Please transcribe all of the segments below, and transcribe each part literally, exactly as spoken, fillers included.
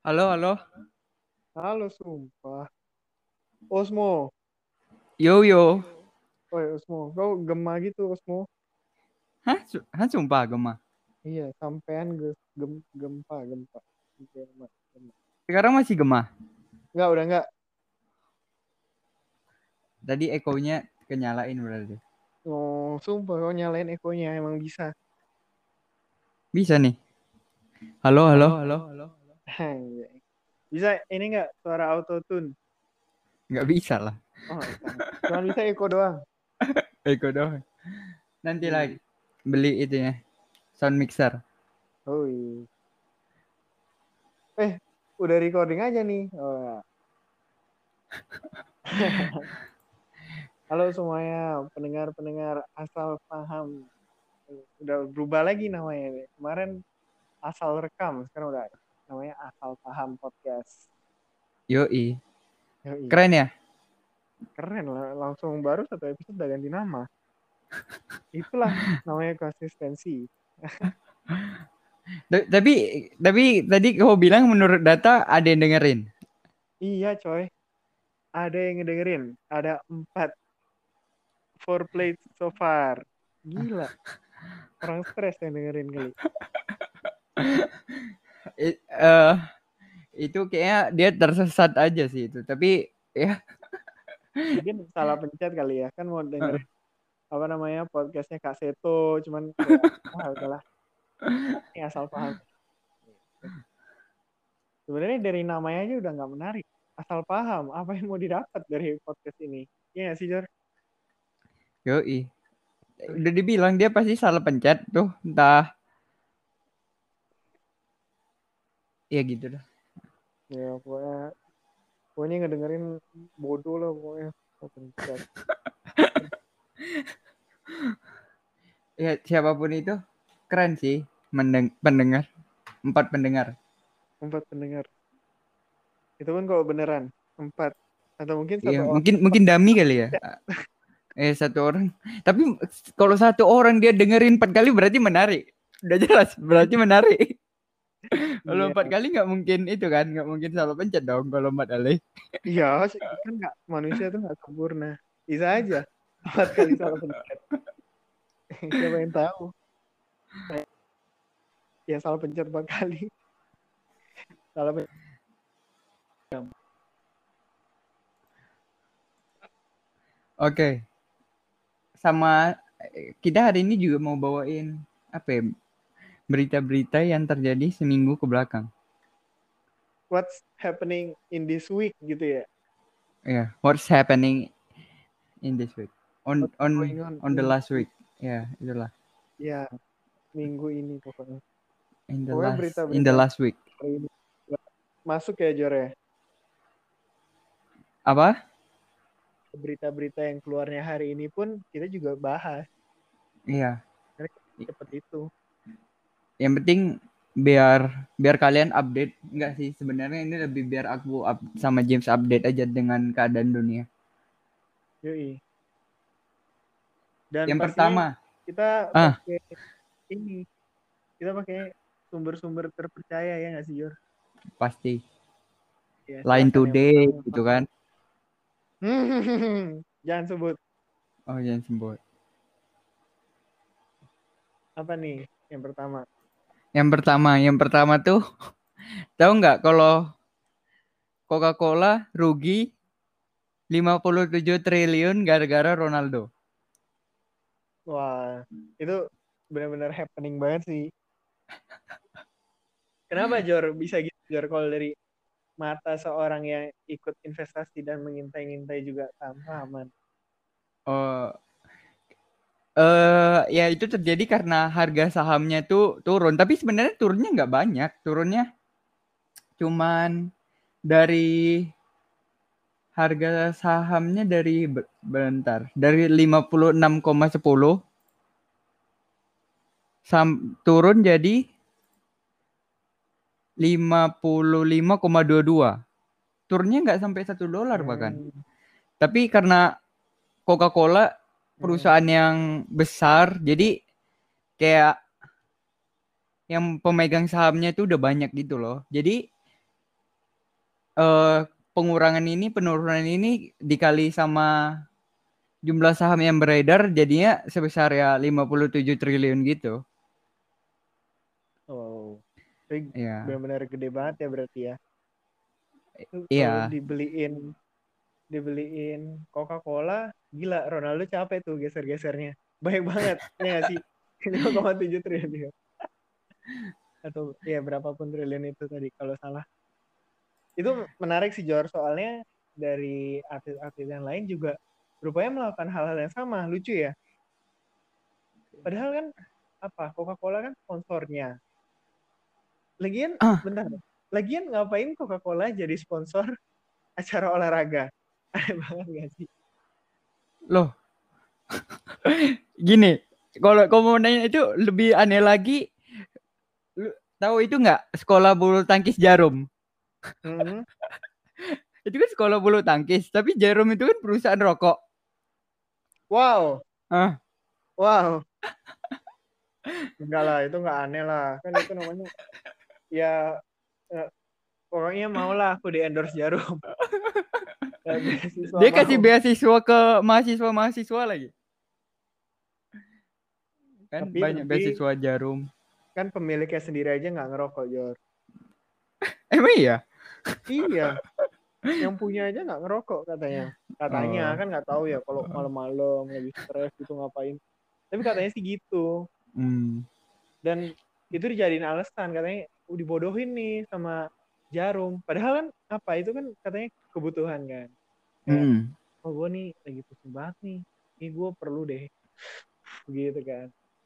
Halo, halo. Halo, sumpah. Osmo. Yo, yo. Woi, Osmo. Kau gema gitu, Osmo. Hah? Su- Hah, sumpah gemah. Iya, sampean ge- gem gempa, gempa. Gema, gema. Sekarang masih gemah. Enggak, udah enggak. Tadi ekonya kenyalain berarti. Oh, sumpah kau nyalain ekonya emang bisa. Bisa nih. Halo, halo, halo. Iya. Bisa ini enggak suara auto tune? Nggak bisa lah. Oh, bisa. Cuman bisa eko doang. Eko doang. Nanti lagi Iya. beli itu ya. Sound mixer. Oh iya. Eh, udah recording aja nih. Oh. Halo semuanya, pendengar-pendengar asal paham. Udah berubah lagi namanya nih. Kemarin asal rekam, sekarang udah namanya asal paham podcast. Yoi. Yoi. Keren ya? Keren lah, langsung baru satu episode udah ganti nama. Itulah namanya konsistensi. Ta- Tapi tapi tadi kau bilang menurut data ada yang dengerin. Iya coy, ada yang ngedengerin. Ada empat four play so far. Gila, orang stres yang dengerin kali. I- eh, itu kayaknya dia tersesat aja sih itu. Tapi ya. Mungkin salah pencet kali ya, kan mau eh, dengerin apa namanya podcastnya Kak Seto, cuman kayak ah udahlah, ini asal paham. Sebenarnya dari namanya aja udah nggak menarik. Asal paham apa yang mau didapat dari podcast ini. Iya nggak sih, Jor? Yoi. Udah dibilang dia pasti salah pencet tuh. Entah. Ya gitu dah. Ya, pokoknya, pokoknya ngedengerin bodoh lah pokoknya. Oh, pencet. Ya siapapun itu keren sih mendeng pendengar empat pendengar. Empat pendengar. Itu pun kalau beneran. Empat. Atau mungkin Iya satu orang. mungkin mungkin dummy kali ya. Eh satu orang. Tapi kalau satu orang dia dengerin empat kali berarti menarik. Udah jelas berarti menarik. Kalau Iya. empat kali nggak mungkin itu kan, nggak mungkin salah pencet dong kalau empat kali. Iya, kan nggak, manusia tuh nggak sempurna. Bisa aja. Empat kali salah pencet. Siapa yang tahu? Ya salah pencet empat kali. Salah pencet. Oke, sama kita hari ini juga mau bawain apa ya, berita-berita yang terjadi seminggu ke belakang. What's happening in this week gitu ya? Ya, yeah, what's happening in this week? On What's on going on on the in last this week? week. Ya, yeah, itulah. Ya, minggu ini pokoknya. In the Pokoknya last in berita-berita the yang last week. hari ini masuk ya, Jor ya. Apa? Berita-berita yang keluarnya hari ini pun kita juga bahas. Iya. Karena cepet itu. Yang penting biar biar kalian update. Enggak sih, sebenarnya ini lebih biar aku up, sama James update aja dengan keadaan dunia. Yoi. Dan Yang pastinya pertama, kita ah pakai ini. Kita pakai sumber-sumber terpercaya ya nggak sih, Jor? pasti Ya, Line silakan yang Today pertama. gitu kan. Jangan sebut. Oh jangan sebut. Apa nih yang pertama? Yang pertama, yang pertama tuh tahu nggak kalau Coca-Cola rugi lima puluh tujuh triliun gara-gara Ronaldo. Wah, itu benar-benar happening banget sih. Kenapa, Jor? Bisa gitu, Jor, kalau dari mata seorang yang ikut investasi dan mengintai-ngintai juga saham-sahaman. Oh, eh ya itu terjadi karena harga sahamnya tuh turun. Tapi sebenarnya turunnya nggak banyak. Turunnya cuman dari harga sahamnya dari bentar dari lima puluh enam koma sepuluh sam, turun jadi lima puluh lima koma dua puluh dua. Turunnya nggak sampai satu dolar bahkan. Hmm. Tapi karena Coca-Cola Hmm. perusahaan yang besar, jadi kayak yang pemegang sahamnya itu udah banyak gitu loh. Jadi eh, pengurangan ini, penurunan ini dikali sama jumlah saham yang beredar jadinya sebesar ya lima puluh tujuh triliun gitu. Oh, tapi Ya, benar-benar gede banget ya berarti ya. Tuh, kalau iya. dibeliin dibeliin Coca-Cola, gila Ronaldo capek tuh geser-gesernya. Banyak banget, ya nggak sih? lima koma tujuh triliun. Atau ya berapapun triliun itu tadi kalau salah. Itu menarik sih Jor, soalnya dari artis-artis yang lain juga rupanya melakukan hal-hal yang sama. Lucu ya. Padahal kan apa? Coca-Cola kan sponsornya. Lagian, Ah, bentar. Lagian ngapain Coca-Cola jadi sponsor acara olahraga? Aneh banget gak sih? loh, gini. Kalau kamu mau nanya itu lebih aneh lagi. Lu tahu itu nggak sekolah bulu tangkis Jarum? Hmm. Itu kan sekolah bulu tangkis, tapi Jarum itu kan perusahaan rokok. Wow, Ah, wow. Enggak lah, itu enggak aneh lah. Kan itu namanya ya eh, pokoknya mau lah aku di endorse Jarum. Ya, beasiswa dia kasih mau. beasiswa ke mahasiswa-mahasiswa lagi. Kan Tapi banyak tapi beasiswa Jarum. kan pemiliknya sendiri aja nggak ngerokok, Jor. Emang iya? Iya, yang punya aja nggak ngerokok katanya. Katanya Oh. kan nggak tahu ya kalau malam-malam lagi stres gitu ngapain. Tapi katanya sih gitu. Hmm. Dan itu dijadiin alasan katanya "Uh, dibodohin nih sama Jarum. Padahal kan apa itu kan katanya kebutuhan kan. Kayak Hmm. oh gue nih lagi pusing banget nih. Ini gue perlu deh gitu kan.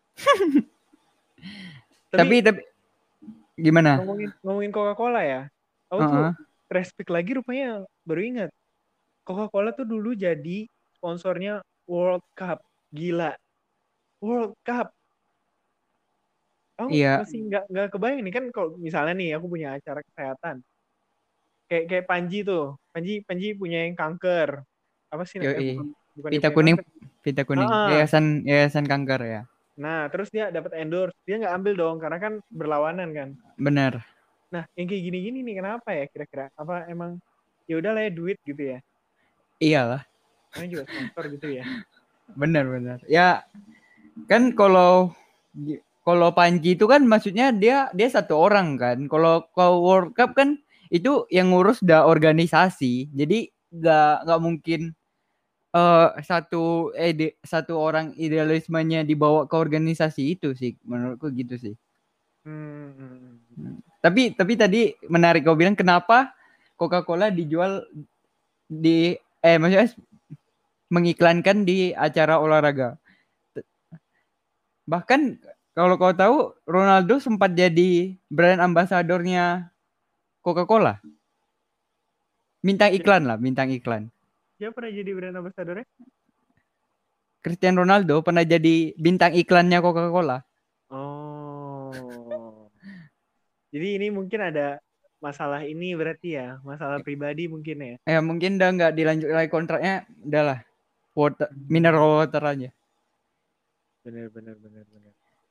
Tapi Tapi tapi gimana? ngomongin ngomongin Coca-Cola ya. Aku tuh Heeh. respect lagi rupanya baru ingat. Coca-Cola tuh dulu jadi sponsornya World Cup. Gila. World Cup. Aku Iya. masih nggak nggak kebayang nih kan kalau misalnya nih aku punya acara kesehatan. Kayak kayak Panji tuh. Panji Panji punya yang kanker. Apa sih? Eh Yoi. bukan bukan dia Pita punya kuning, kanker. pita kuning. Ah, Yayasan Yayasan Kanker ya. nah terus dia dapat endorse. Dia nggak ambil dong karena kan berlawanan kan. Bener. Nah, yang kayak gini-gini nih kenapa ya kira-kira? Apa emang ya udah lah ya duit gitu ya? Iyalah. Namanya juga sponsor gitu ya. Bener bener. Ya kan kalau kalau Panji itu kan maksudnya dia dia satu orang kan. Kalau kalau World Cup kan itu yang ngurus udah organisasi. Jadi nggak nggak mungkin eh satu ide satu orang idealismenya dibawa ke organisasi itu sih menurutku gitu sih. Hmm, hmm, hmm. Hmm. Tapi tapi tadi menarik kau bilang kenapa Coca-Cola dijual di eh maksudnya mengiklankan di acara olahraga. Bahkan kalau kau tahu Ronaldo sempat jadi brand ambasadornya Coca-Cola. Bintang Dia, iklan lah, bintang iklan. dia pernah jadi brand ambassador-nya? Cristiano Ronaldo pernah jadi bintang iklannya Coca-Cola. Oh. Jadi ini mungkin ada masalah ini berarti ya, masalah pribadi mungkin ya. Ya mungkin udah nggak dilanjut lagi kontraknya, udahlah water, Hmm. mineral water aja. Bener, bener, bener, bener.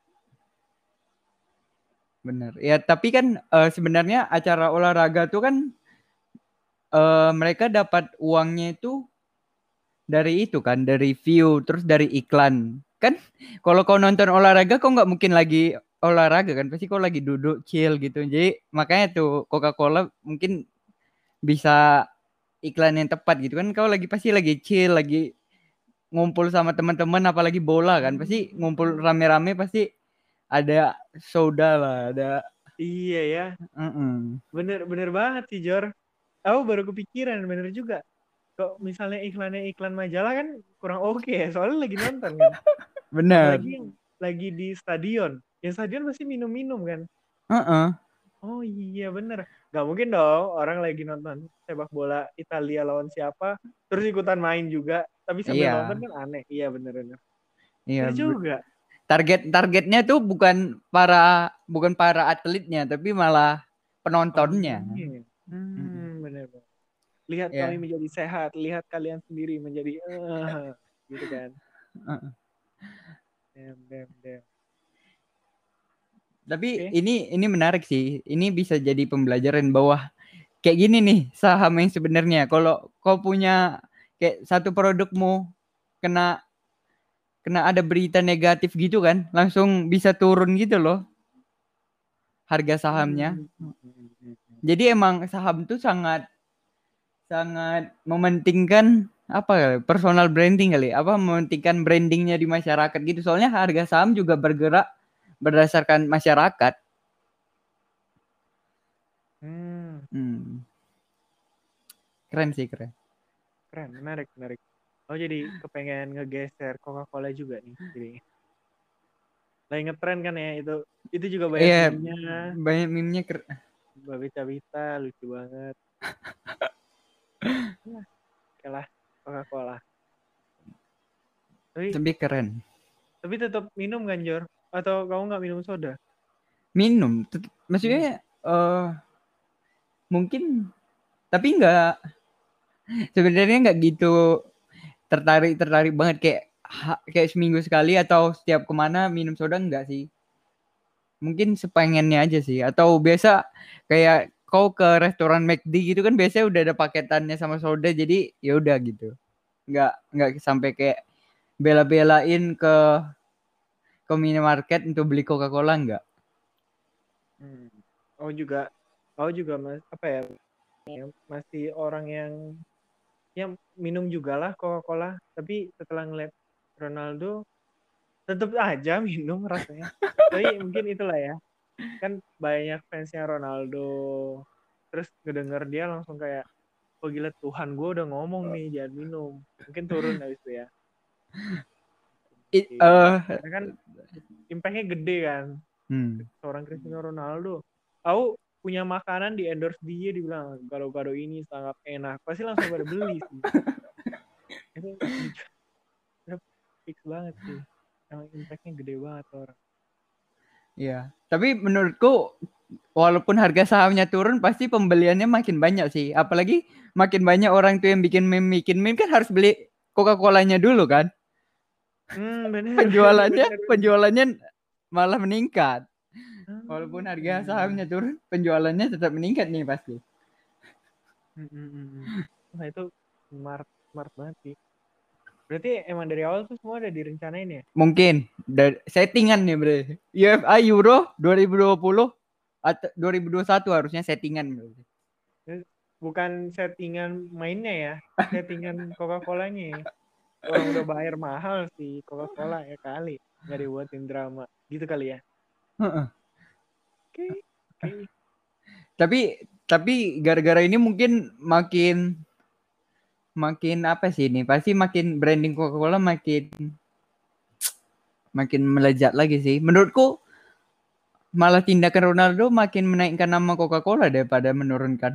Bener. Ya tapi kan eh, sebenarnya acara olahraga tuh kan eh, mereka dapat uangnya itu dari itu kan, dari view, terus dari iklan. Kan kalau kau nonton olahraga kau nggak mungkin lagi olahraga kan, pasti kau lagi duduk chill gitu. Jadi makanya tuh Coca-Cola mungkin bisa iklan yang tepat gitu kan. Kau lagi pasti lagi chill, lagi ngumpul sama teman-teman apalagi bola kan. Pasti ngumpul rame-rame pasti ada soda lah, ada Iya ya, mm-mm. bener, bener banget sih Jor. Aku baru kepikiran, bener juga. Kok misalnya iklannya iklan majalah kan kurang oke ya, soalnya lagi nonton kan. Bener. Apalagi yang lagi di stadion. Yang stadion pasti minum-minum kan. Heeh. Oh iya bener. Gak mungkin dong orang lagi nonton sepak bola Italia lawan siapa, terus ikutan main juga, tapi sambil nonton Iya, kan aneh. Iya bener-bener. iya. Bener juga. Target targetnya tuh bukan para bukan para atletnya tapi malah penontonnya. Penontonnya. Mm-mm. Hmm, bener-bener. Lihat kami Ya. menjadi sehat, lihat kalian sendiri menjadi eh gitu kan. Uh. Damn, damn, damn. Tapi Oke. ini ini menarik sih. Ini bisa jadi pembelajaran bahwa kayak gini nih saham yang sebenarnya. Kalau kau punya kayak satu produkmu kena kena ada berita negatif gitu kan, langsung bisa turun gitu loh harga sahamnya. Hmm. Hmm, hmm, hmm, hmm. Jadi emang saham tuh sangat sangat mementingkan apa ya, personal branding kali, apa mementingkan brandingnya di masyarakat gitu. Soalnya harga saham juga bergerak berdasarkan masyarakat. Hmm, Hmm, keren sih keren. keren, menarik, menarik. Oh jadi kepengen ngegeser Coca-Cola juga nih, jadi lagi ngetren kan ya itu, itu juga banyak Iya, meme-nya, banyak meme-nya keren. Babe Cabita lucu banget. Ya, oke lah Coca-Cola. Tapi Tapi keren. tapi tetap minum kan Jor? Atau kamu nggak minum soda? Minum, tet- Minum. maksudnya eh mungkin, tapi nggak, sebenarnya nggak gitu tertarik tertarik banget kayak ha- kayak seminggu sekali atau setiap kemana minum soda enggak sih. Mungkin sepengennya aja sih, atau biasa kayak kau ke restoran McD gitu kan biasanya udah ada paketannya sama soda, jadi ya udah gitu. Nggak nggak sampai kayak bela-belain ke ke minimarket untuk beli Coca-Cola enggak. Hmm. Oh juga, oh juga mas apa ya? Masih orang yang yang minum juga lah Coca-Cola. Tapi setelah ngeliat Ronaldo, tetap aja minum rasanya. Tapi mungkin itulah ya. Kan banyak fansnya Ronaldo. Terus ngedenger dia langsung kayak, oh gila Tuhan gue udah ngomong nih jangan minum. Mungkin turun habis itu ya. It, Mungkin. eh Karena kan impact-nya gede kan. hmm. Seorang Cristiano Ronaldo. Aku punya makanan di endorse dia dibilang gado-gado ini sangat enak. Pasti langsung pada beli sih. Itu lucu. Itu fix banget sih. Emang impact-nya gede banget orang. Iya, tapi menurutku walaupun harga sahamnya turun pasti pembeliannya makin banyak sih. Apalagi makin banyak orang tuh yang bikin meme, bikin meme kan harus beli Coca-Colanya dulu kan. Hmm, bener, bener, Penjualannya bener, bener. penjualannya malah meningkat. Walaupun Hmm, harga iya, iya. sahamnya turun, penjualannya tetap meningkat nih pasti. Hmm, hmm, hmm, hmm. Nah itu smart, smart banget sih. Berarti emang dari awal tuh semua udah direncanain ya? Mungkin dari settingan nih bre. U E F A Euro dua ribu dua puluh atau dua ribu dua puluh satu harusnya settingan berarti. Terus bukan settingan mainnya ya, settingan Coca-Colanya ya. Orang udah bayar mahal sih Coca-Cola ya kali. Nggak dibuatin drama. Gitu kali ya? Heeh. Oke, oke. Tapi tapi gara-gara ini mungkin makin makin apa sih ini? Pasti makin branding Coca-Cola makin makin melejat lagi sih. Menurutku malah tindakan Ronaldo makin menaikkan nama Coca-Cola daripada menurunkan.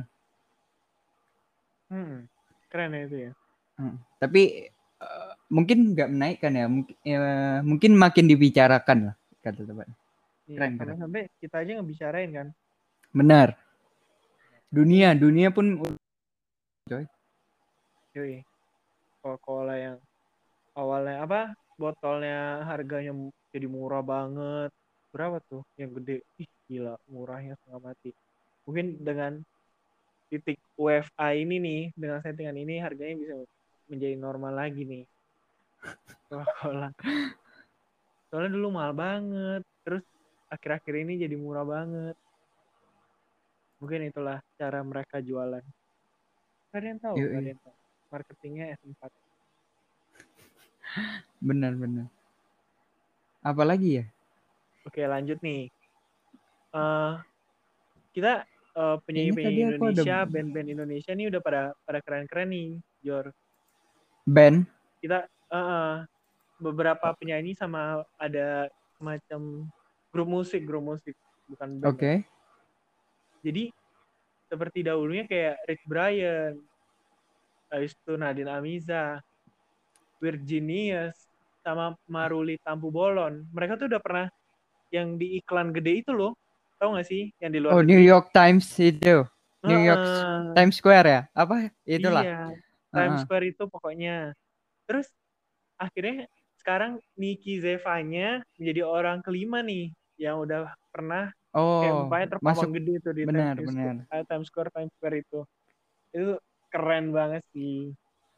Hmm, keren ya itu ya. Hmm. Tapi eh, mungkin nggak menaikkan ya. Mungkin, ya, mungkin makin dibicarakan lah kata teman. Iya, Keren keren. sampai-sampai kita aja ngebicarain kan. Benar. Dunia Oke, dunia pun coy. yoi. Coca-Cola yang awalnya apa? Botolnya harganya mu- jadi murah banget. Berapa tuh yang gede? Ih, gila, murahnya setengah mati. Mungkin dengan titik U E F A ini nih, dengan settingan ini harganya bisa menjadi normal lagi nih. Coca-Cola. Soalnya dulu mahal banget. Terus akhir-akhir ini jadi murah banget. Mungkin itulah cara mereka jualan. Gak ada yang tahu, gak ada Yoi. yang tahu. Marketingnya S empat. Benar benar. Apalagi ya? Oke, lanjut nih. Eh kita eh, Kayaknya tadi penyanyi-penyanyi aku ada Indonesia, band-band Indonesia nih udah pada pada keren-keren nih, Jor. band. Kita eh, eh, beberapa penyanyi sama ada semacam grup musik, grup musik, bukan band Oke. ya. Okay. Jadi seperti dahulunya kayak Rich Brian, habis itu Nadine Amiza, Virginius, sama Maruli Tampu Bolon. Mereka tuh udah pernah yang di iklan gede itu loh. Tahu nggak sih? Yang di luar Oh, New negeri. York Times itu. New York Heeh, Times Square ya? Apa? iya, Itulah. Times Heeh. Square itu pokoknya. Terus akhirnya sekarang Niki Zevanya menjadi orang kelima nih yang udah pernah Kayak Oh, mukanya masuk terpampang gede tuh di Times benar Square, benar. eh, Times Square, Times Square itu. Itu keren banget sih.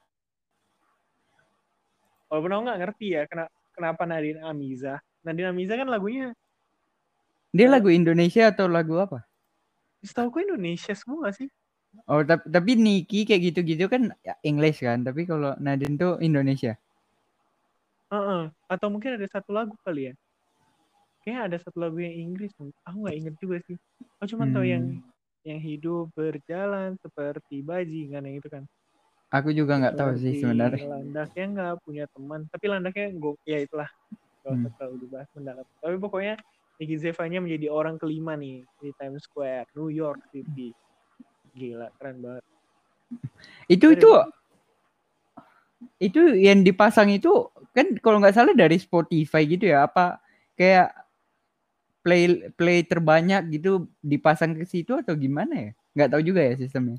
Walaupun aku nggak ngerti ya kena, kenapa Nadine Amiza. Nadine Amiza kan lagunya, Dia uh, lagu Indonesia atau lagu apa? setahu Indonesia semua nggak sih? Oh, tapi tapi Niki kayak gitu-gitu kan ya, English kan, tapi kalau Nadine tuh Indonesia. Heeh. Atau mungkin ada satu lagu kali ya. Kayaknya ada satu lagu yang Inggris. Aku nggak inget juga sih. Aku cuma tahu yang Hmm, yang hidup berjalan seperti bajingan yang itu kan. aku juga nggak tahu sih Seperti sebenarnya. landak yang nggak punya teman. Tapi landaknya gue, ya itulah. Gak Hmm. usah terlalu dibahas mendalam. Tapi pokoknya Iggy Zevanya menjadi orang kelima nih di Times Square, New York City. Gila, keren banget. Itu Dari itu mana? itu yang dipasang itu kan kalau nggak salah dari Spotify gitu ya, apa kayak play play terbanyak gitu dipasang ke situ atau gimana ya? Nggak tahu juga ya sistemnya.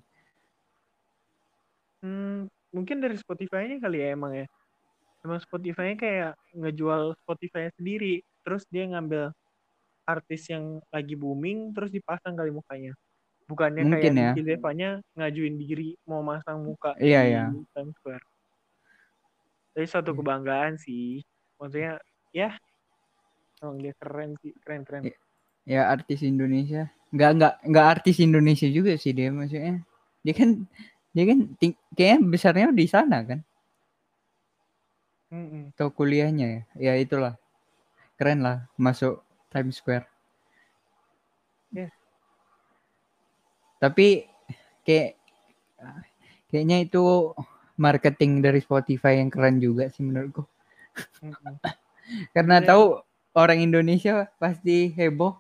Hmm, mungkin dari Spotify-nya kali ya emang ya. Emang Spotify-nya kayak ngejual Spotify sendiri. Terus dia ngambil artis yang lagi booming terus dipasang kali mukanya. Bukannya kayak Mungkin ya. Nicky Zevanya ngajuin diri mau masang muka Iya ya. di Times Square. Jadi suatu kebanggaan sih. Maksudnya ya emang dia keren sih, keren-keren. Ya artis Indonesia. Nggak nggak nggak artis Indonesia juga sih dia maksudnya. Dia kan dia kan ting- kayaknya besarnya di sana kan. Mm-mm. Atau kuliahnya ya. Ya itulah. Keren lah masuk Times Square. Yes. Tapi kayak kayaknya itu marketing dari Spotify yang keren juga sih menurutku. Mm-mm. Karena Maksudnya tahu orang Indonesia pasti heboh.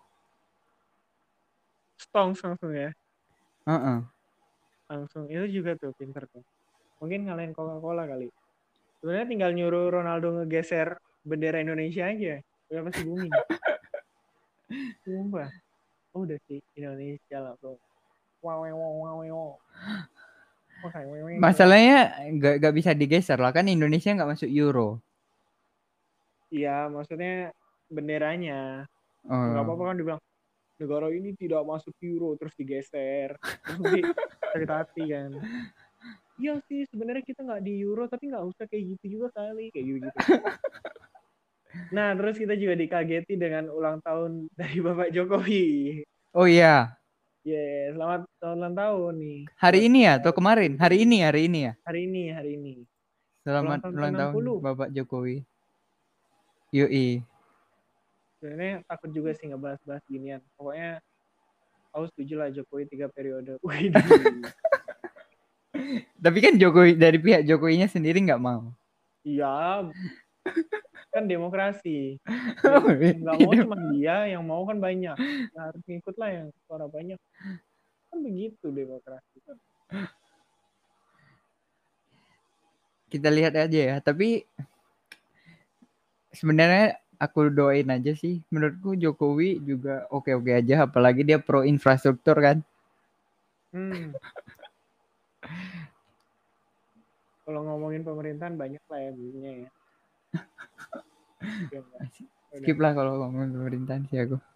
Stones langsung ya. Heeh. Langsung itu juga tuh pinter tuh. Mungkin ngalahin Coca-Cola kali. Sebenarnya tinggal nyuruh Ronaldo ngegeser bendera Indonesia aja. Udah pasti booming. Sumpah. Oh, udah sih Indonesia lah bro. Wow, wow, wow, wow. Oke, wow, wow. Masalahnya nggak nggak bisa digeser lah kan Indonesia nggak masuk Euro. Iya, maksudnya benderanya. Nggak Oh. apa-apa kan dibilang, negara ini tidak masuk Euro, terus digeser. Terus nanti sakit hati kan. Iya sih, sebenarnya kita nggak di Euro, tapi nggak usah kayak gitu juga kali. Kayak gitu-gitu. Nah, terus kita juga dikageti dengan ulang tahun dari Bapak Jokowi. Oh iya, Yeah, selamat selamat ulang tahun nih hari buat ini ya atau Bapak kemarin? Hari Jokowi. ini, hari ini ya. Hari ini, hari ini. Ulang Selamat tahun ke ulang enam tahun puluh. Bapak Jokowi. Yoi. Sebenarnya takut juga sih ngebahas-bahas ginian. Pokoknya aku setuju lah Jokowi tiga periode. Widih. Tapi kan Jokowi dari pihak Jokowinya sendiri nggak mau. Iya, kan demokrasi. Dia yang nggak mau cuma dia, yang mau kan banyak. Nah, harus ngikut lah yang suara banyak. Kan begitu demokrasi. Kita lihat aja ya. Tapi sebenarnya aku doain aja sih. Menurutku Jokowi juga oke-oke aja. Apalagi dia pro infrastruktur kan. Hmm, kalau ngomongin pemerintahan banyak lah ya bunyinya ya. Oke, enggak. Udah. Skip lah kalau ngomongin pemerintahan sih aku.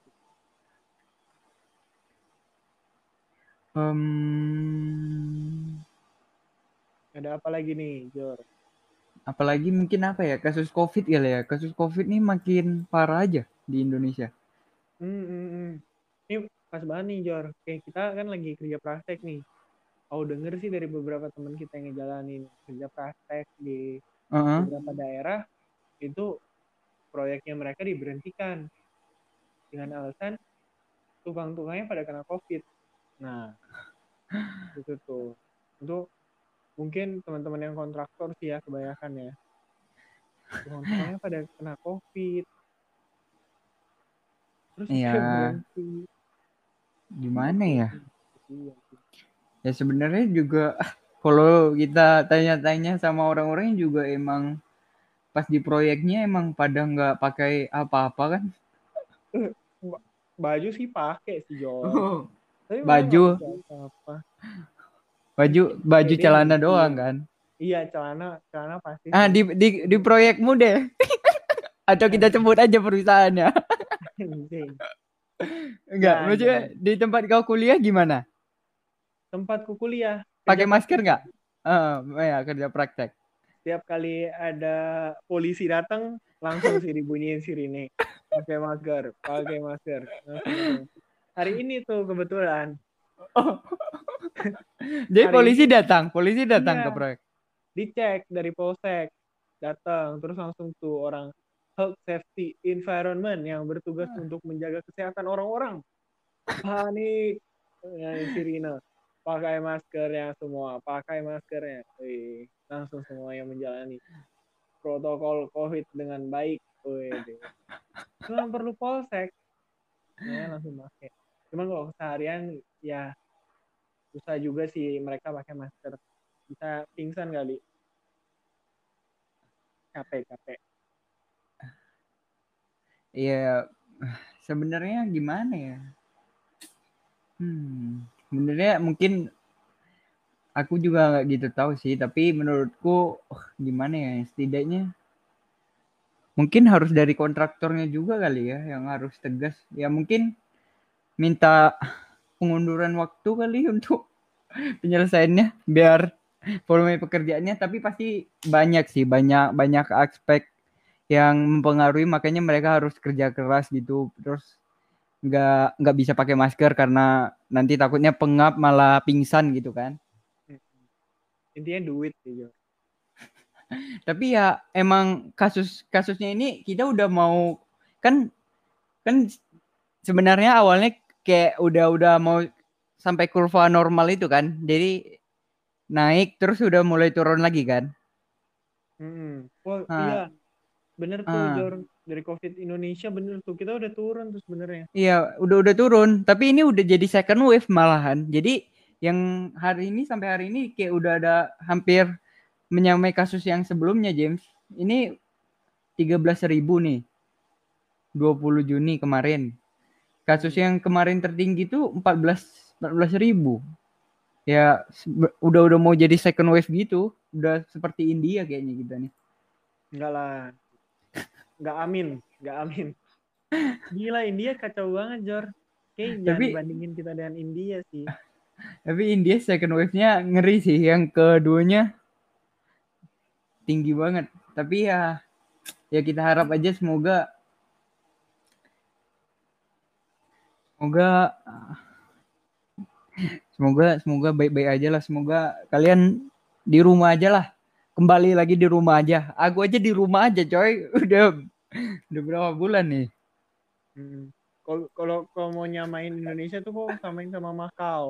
Um, Ada apa lagi nih, Jor? apalagi mungkin apa ya kasus COVID ya ya. Kasus COVID nih makin parah aja di Indonesia. Hmm, hmm, hmm. Ini pas banget nih, Jor. Kayak kita kan lagi kerja praktek nih. Aku denger sih dari beberapa teman kita yang ngejalanin kerja praktek di Uh-huh. beberapa daerah, itu proyeknya mereka diberhentikan dengan alasan tukang-tukangnya pada kena COVID. Nah, itu tuh. Untuk mungkin teman-teman yang kontraktor sih ya kebanyakan ya. Tukang-tukangnya pada kena COVID. Terus Iya, sampai berhenti. gimana Itu ya? sih. Iya sih. Ya sebenarnya juga kalau kita tanya-tanya sama orang-orang juga emang pas di proyeknya emang pada nggak pakai apa-apa kan? Eh, baju sih pakai sih, Jor. Oh, Tapi mereka nggak baju, pakai apa-apa. Terus baju, baju P D celana mungkin. doang kan? Iya, celana celana pasti Ah sih. di di di proyekmu deh. Atau kita sebut aja perusahaannya. Anjing. Enggak, maksudnya Jangan. di tempat kau kuliah gimana? Tempatku kuliah, kerja Pakai masker praktek nggak? ya. Heeh, ya kerja praktek. Setiap kali ada polisi datang, langsung sih dibunyiin sirine. Pakai masker, pakai masker, langsung pakai masker. Hari ini tuh kebetulan, Oh, jadi hari ini polisi datang, polisi datang ke iya proyek. dicek dari polsek, datang terus langsung tuh orang health safety environment yang bertugas untuk menjaga kesehatan orang-orang. Panik, nyanyi sirine, pakai maskernya semua, pakai maskernya. Wih, langsung semua yang menjalani protokol COVID dengan baik. Wih, deh. Cuma perlu polsek, semuanya langsung pakai. Cuman kalau seharian ya susah juga sih mereka pakai masker. Bisa pingsan kali, capek capek. Iya, sebenarnya gimana ya? Hmm, sebenarnya mungkin aku juga nggak gitu tahu sih, tapi menurutku oh, gimana ya? Setidaknya mungkin harus dari kontraktornya juga kali ya yang harus tegas. Ya mungkin minta pengunduran waktu kali untuk penyelesaiannya biar volume pekerjaannya, tapi pasti banyak sih, banyak banyak aspek yang mempengaruhi, makanya mereka harus kerja keras gitu, terus nggak nggak bisa pakai masker karena nanti takutnya pengap malah pingsan gitu kan. Intinya duit sih Jo. Tapi ya emang kasus kasusnya ini kita udah mau, kan kan sebenarnya awalnya kayak udah udah mau sampai kurva normal itu kan, jadi naik terus udah mulai turun lagi kan. Hmm. Oh Nah, iya, bener tuh ah, Jor, dari COVID Indonesia bener tuh kita udah turun tuh sebenarnya. iya udah udah turun, tapi ini udah jadi second wave malahan. Jadi yang hari ini sampai hari ini kayak udah ada hampir menyamai kasus yang sebelumnya, James. Ini tiga belas ribu nih, dua puluh Juni kemarin. Kasus Hmm. yang kemarin tertinggi tuh empat belas empat belas ribu. Ya udah udah mau jadi second wave gitu. Udah seperti India kayaknya kita nih. Enggak lah, nggak amin, nggak amin. Gila India kacau banget Jor. Oke, jangan Tapi bandingin kita dengan India sih. tapi India second wave-nya ngeri sih. Yang keduanya tinggi banget. Tapi ya ya kita harap aja semoga semoga semoga semoga baik-baik aja lah. Semoga kalian di rumah aja lah. Kembali lagi di rumah aja. Aku aja di rumah aja, coy. Udah udah berapa bulan nih? Hmm. Kalau kalau kalau mau nyamain Indonesia tuh kok samain sama Makau.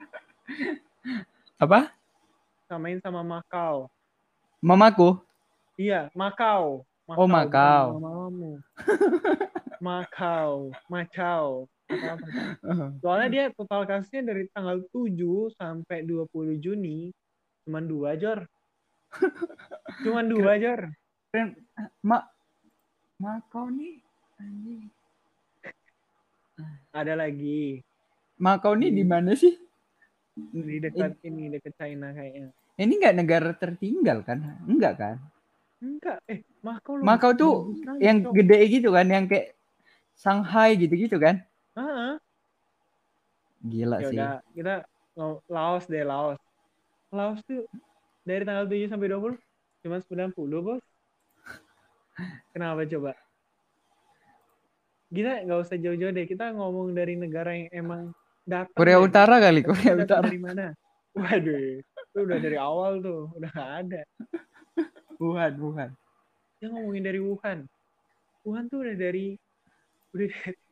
Apa? Samain sama Makau. Mamaku? Iya, Makau. Oh, Makau bukan Makau. mamamu. Makau, Macau, atau apa tuh? Soalnya dia total kasusnya dari tanggal tujuh sampai dua puluh Juni cuman dua Jor. Cuman dua Jor. Keren. Mak Makau nih anjing. Ada lagi Makau nih di di mana sih? di dekat ini dekat China kayaknya. Ini nggak negara tertinggal kan? Enggak kan? Enggak, eh Makau lebih Makau tuh bagus lagi, yang Cok. gede gitu kan, yang kayak Shanghai gitu-gitu kan? Ah, Gila ya sih. udah kita ngomong Laos deh Laos. Laos tuh dari tanggal tujuh sampai dua puluh cuma sembilan puluh, Bos. Kenapa coba? Kita nggak usah jauh-jauh deh. Kita ngomong dari negara yang emang datang Korea deh. Utara kali, Datangnya Korea datang Utara. dari mana? Waduh, itu udah dari awal tuh, udah nggak ada. Wuhan, Wuhan. Dia ngomongin dari Wuhan. Wuhan tuh udah dari udah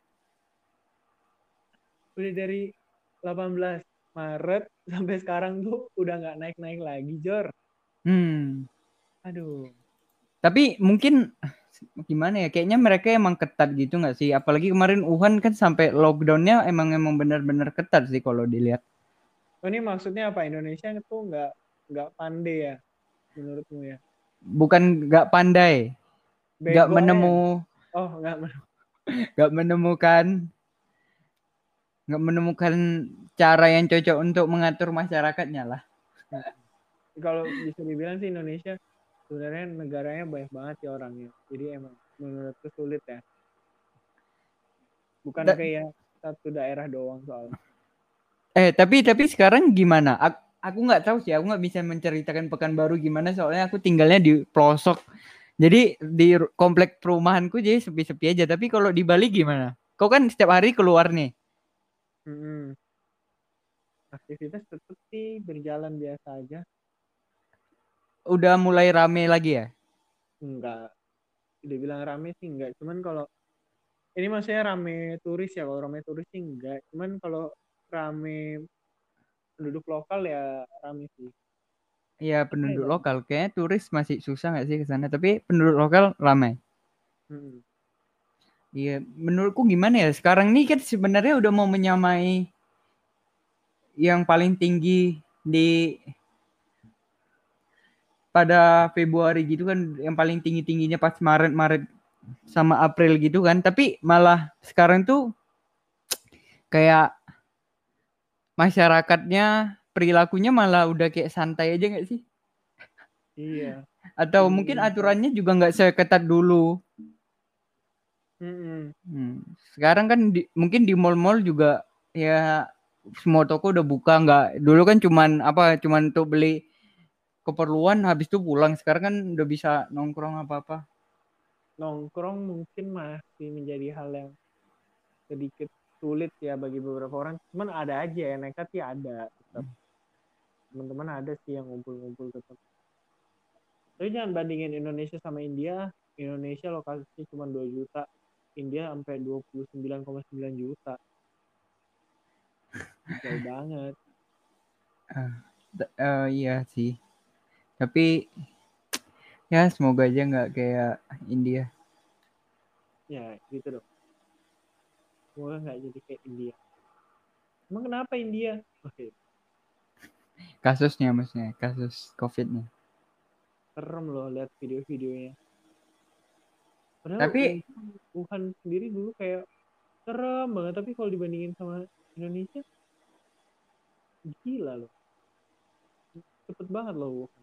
udah dari delapan belas Maret sampai sekarang tuh udah nggak naik-naik lagi, Jor. Hmm. Aduh. Tapi mungkin gimana ya? Kayaknya mereka emang ketat gitu nggak sih? Apalagi kemarin Wuhan kan sampai lockdownnya emang emang benar-benar ketat sih kalau dilihat. Oh, ini maksudnya apa? Indonesia tuh nggak nggak pandai ya menurutmu ya? Bukan nggak pandai, nggak Bego ya? menemu, Oh, nggak. nggak menemukan, nggak menemukan cara yang cocok untuk mengatur masyarakatnya lah. Kalau bisa dibilang sih Indonesia sebenarnya negaranya banyak banget ya orangnya. Jadi emang menurutku sulit ya. Bukan Da- kayak satu daerah doang soalnya. Eh tapi tapi sekarang gimana? Aku aku nggak tahu sih. Aku nggak bisa menceritakan Pekanbaru gimana soalnya aku tinggalnya di pelosok. Jadi di ru- komplek perumahanku jadi sepi-sepi aja. Tapi kalau di Bali gimana? Kau kan setiap hari keluar nih. Mm-mm. Aktivitas tetap sih berjalan biasa aja. Udah mulai rame lagi ya? Enggak, dibilang rame sih enggak. Cuman kalau ini maksudnya rame turis ya. Kalau rame turis sih enggak. Cuman kalau rame penduduk lokal ya rame sih. Ya Ramai penduduk banget. lokal. Kayaknya turis masih susah nggak sih ke sana. Tapi penduduk lokal ramai. Mm-mm. Iya, menurutku gimana ya? Sekarang nih kan sebenarnya udah mau menyamai yang paling tinggi di pada Februari gitu kan, yang paling tinggi-tingginya pas Maret Maret sama April gitu kan. Tapi malah sekarang tuh kayak masyarakatnya perilakunya malah udah kayak santai aja nggak sih? Iya, Atau mungkin bener-bener. aturannya juga nggak seketat dulu. Mm-mm. Hmm. Sekarang kan di, mungkin di mall-mall juga ya semua toko udah buka nggak dulu kan cuman apa cuman untuk beli keperluan habis itu pulang sekarang kan udah bisa nongkrong apa-apa. Nongkrong mungkin masih menjadi hal yang sedikit sulit ya bagi beberapa orang. Cuman ada aja ya, nekat ya ada. Tetap teman-teman ada sih yang ngumpul-ngumpul tetap. Tapi jangan bandingin Indonesia sama India. Indonesia lokasinya cuma dua juta. India sampai dua puluh sembilan koma sembilan juta. Jauh banget. Ah, t- eh, iya sih tapi ya semoga aja nggak kayak India. Ya gitu dong. Semoga nggak jadi kayak India. Emang kenapa India? Oke, Kasusnya maksudnya kasus covidnya. serem loh lihat video-videonya. Padahal Tapi Wuhan, Wuhan sendiri dulu kayak serem banget. Tapi kalau dibandingin sama Indonesia, gila loh. Cepet banget loh Wuhan.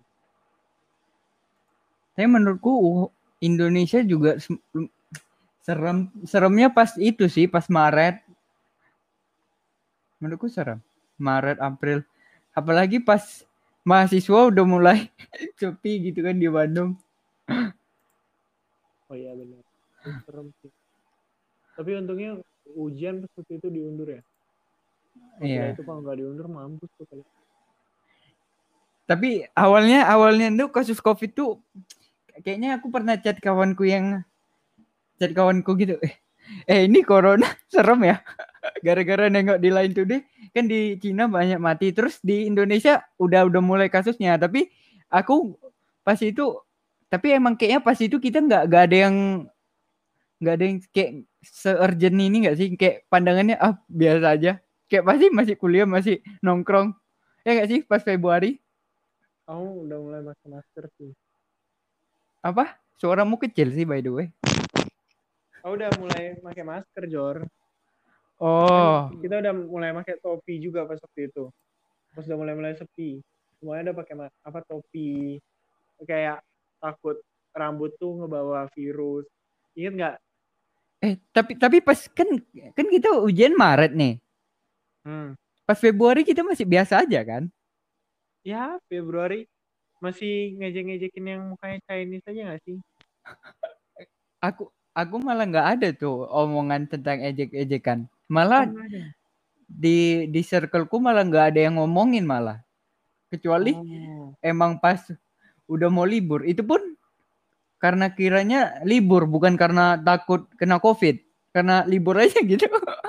tapi menurutku uh, Indonesia juga sem- serem seremnya pas itu sih pas Maret. Menurutku serem Maret April apalagi pas mahasiswa udah mulai sepi gitu kan di Bandung. Oh iya benar. Itu serem sih. Tapi untungnya ujian pas waktu itu diundur ya. Oh gila Iya itu kalau nggak diundur mampus tuh kali. tapi awalnya awalnya tuh kasus covid tuh kayaknya aku pernah chat kawanku yang chat kawanku gitu eh, eh ini corona serem ya gara-gara nengok di Line Today kan di Cina banyak mati terus di Indonesia udah udah mulai kasusnya tapi aku pas itu tapi emang kayaknya pas itu kita nggak nggak ada yang nggak ada yang kayak se-urgent ini nggak sih kayak pandangannya ah biasa aja kayak pasti masih kuliah masih nongkrong ya nggak sih pas Februari. Aku udah mulai pakai masker sih. Apa suaramu kecil sih by the way. Aku udah mulai pakai masker Jor. Kan Oh kita udah mulai pakai topi juga pas waktu itu. Pas udah mulai-mulai sepi. Semuanya udah pakai ma- apa topi. Kayak takut rambut tuh ngebawa virus. Ingat nggak? eh tapi tapi pas kan kan kita ujian Maret nih Hmm. pas Februari kita masih biasa aja kan. Ya Februari masih ngejek-ngejekin yang mukanya Chinese aja nggak sih? aku aku malah nggak ada tuh omongan tentang ejek-ejekan Oh malah nggak ada. di di circleku malah nggak ada yang ngomongin malah kecuali Oh. emang pas udah mau libur itu pun karena kiranya libur bukan karena takut kena covid karena libur aja gitu.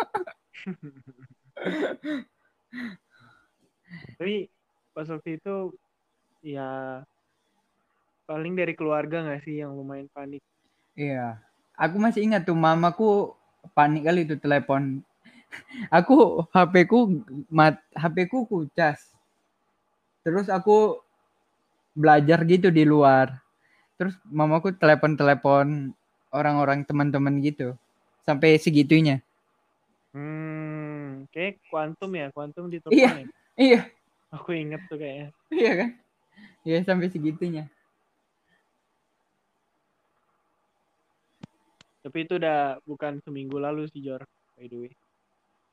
Tapi pas waktu itu ya paling dari keluarga nggak sih yang lumayan panik. Iya aku masih ingat tuh mamaku panik kali itu telepon aku H P ku mat H P ku kucas terus aku belajar gitu di luar terus mamaku telepon-telepon orang-orang teman-teman gitu sampai segitunya. Hmm, kayak kuantum ya, kuantum di Iya telepon ya. iya Aku inget tuh kayaknya. iya kan iya sampai segitunya. Tapi itu udah bukan seminggu lalu sih Jor, by the way.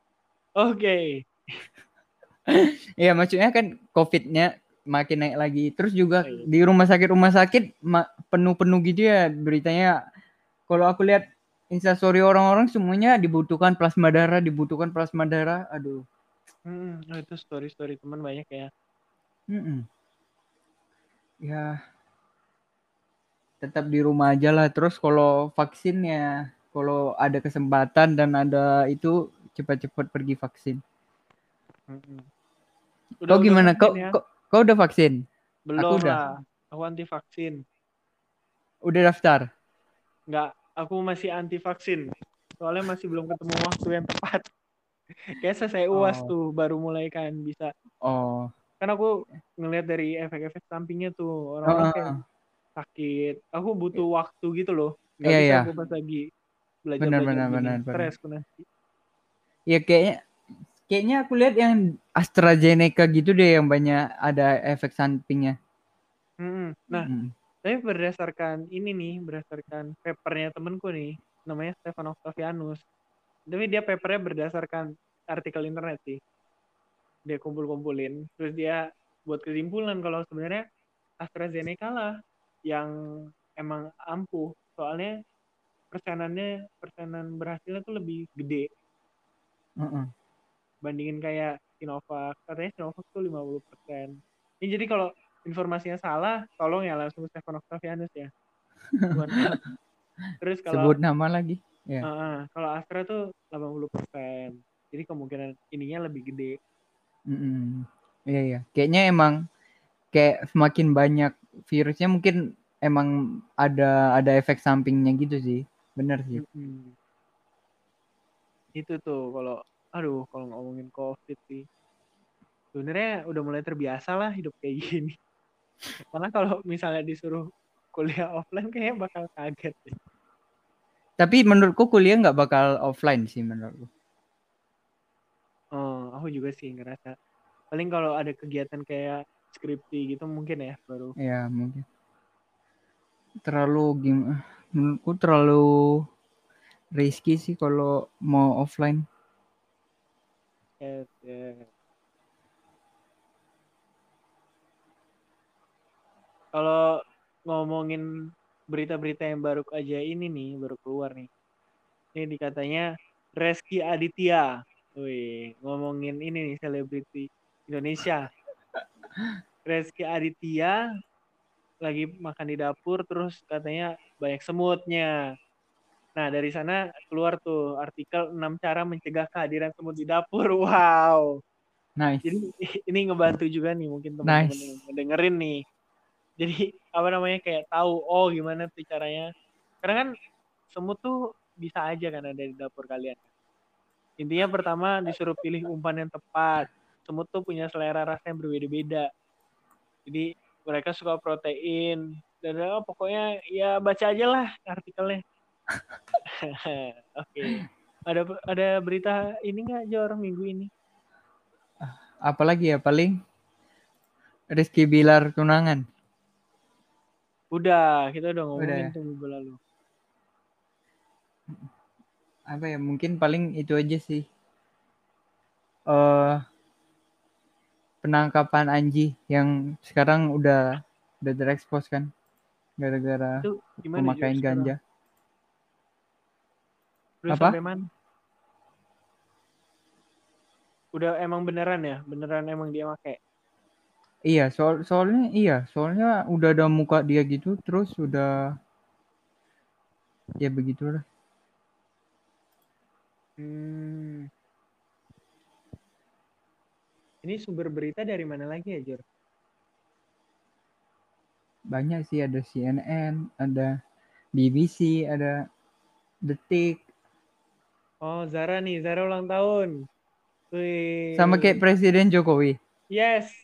Oke. Ya maksudnya kan COVID-nya makin naik lagi. Terus juga Oh, iya. di rumah sakit rumah sakit ma- penuh-penuh gitu ya beritanya. Kalau aku lihat instastory orang-orang semuanya dibutuhkan plasma darah, dibutuhkan plasma darah. Aduh. Hmm, oh, itu story-story teman banyak ya. Mm-mm. Ya tetap di rumah aja lah. Terus kalau vaksin ya, kalau ada kesempatan dan ada itu cepat-cepat pergi vaksin. Hmm. Kau Udah udah gimana? vaksin Kau ya? kau, kau udah vaksin? Aku Belum udah. lah. Aku anti vaksin. Udah daftar. Nggak, aku masih anti vaksin. Soalnya masih belum ketemu waktu yang tepat. Kayak selesai U A S Oh. tuh baru mulai kan bisa. Oh. Kan aku ngeliat dari efek-efek sampingnya tuh orang-orang kayak Heeh. sakit. Aku butuh waktu gitu loh. Nggak Iya bisa ya, aku pas lagi benar belajar-belajar benar gini. benar benar. Stres aku nanti. Ya kayaknya kayaknya aku lihat yang AstraZeneca gitu deh yang banyak ada efek sampingnya. Hmm. Nah, Mm. tapi berdasarkan ini nih, berdasarkan papernya temenku nih, namanya Stefan Octavianus. Tapi dia papernya berdasarkan artikel internet sih. Dia kumpul-kumpulin. Terus dia buat kesimpulan kalau sebenarnya AstraZeneca lah yang emang ampuh. Soalnya persenannya, persenan berhasilnya tuh lebih gede Heeh. bandingin kayak Sinovac. Katanya Sinovac tuh lima puluh persen. Ini jadi kalau informasinya salah, tolong ya langsung Stefan Octavianus ya. Bukan aku. Terus kalau Sebut nama lagi. Ya. uh, kalau Astra tuh delapan puluh persen. Jadi kemungkinan ininya lebih gede. Mm-mm. Iya iya. Kayaknya emang kayak semakin banyak virusnya mungkin emang ada ada efek sampingnya gitu sih. Bener sih. Mm-mm. Itu tuh kalau aduh kalau ngomongin COVID sih. Sebenarnya udah mulai terbiasa lah hidup kayak gini. Karena kalau misalnya disuruh kuliah offline kayaknya bakal kaget deh. Tapi menurutku kuliah nggak bakal offline sih menurutku. Oh, aku juga sih ngerasa. Paling kalau ada kegiatan kayak skripsi gitu mungkin ya baru. Ya mungkin terlalu gimana? Menurutku terlalu risky sih kalau mau offline. Yes, yes. Kalau ngomongin berita-berita yang baru aja ini nih, baru keluar nih. Ini dikatanya Reski Aditya. Wih, ngomongin ini nih selebriti Indonesia. Reski Aditya lagi makan di dapur terus katanya banyak semutnya. Nah, dari sana keluar tuh artikel enam cara mencegah kehadiran semut di dapur. Wow. Nice. Jadi ini ngebantu juga nih mungkin teman-teman yang Nice. dengerin nih. Jadi apa namanya kayak tahu oh gimana tuh caranya. Karena kan semut tuh bisa aja kan ada di dapur kalian. Intinya pertama disuruh pilih umpan yang tepat. Semut tuh punya selera rasa yang berbeda-beda. Jadi mereka suka protein dan oh, pokoknya ya baca aja lah artikelnya. Oke. Okay. Ada ada berita ini nggak Jor minggu ini? Apalagi ya paling Rizky Bilar tunangan. Udah, kita udah Udah ngomongin ya. tuh minggu lalu. Apa ya mungkin paling itu aja sih. Eh uh, penangkapan Anji yang sekarang udah udah terekspos kan gara-gara Itu gimana Jor pemakaian sekarang? ganja. Udah sampai Apa? mana? Udah emang beneran ya? Beneran emang dia pakai? Iya, soal soalnya iya, soalnya udah ada muka dia gitu terus udah ya begitulah. Hmm. Ini sumber berita dari mana lagi ya Jor? Banyak sih ada C N N, ada B B C, ada Detik. Oh Zara nih, Zara ulang tahun. Sama kayak Wih. Presiden Jokowi. Yes.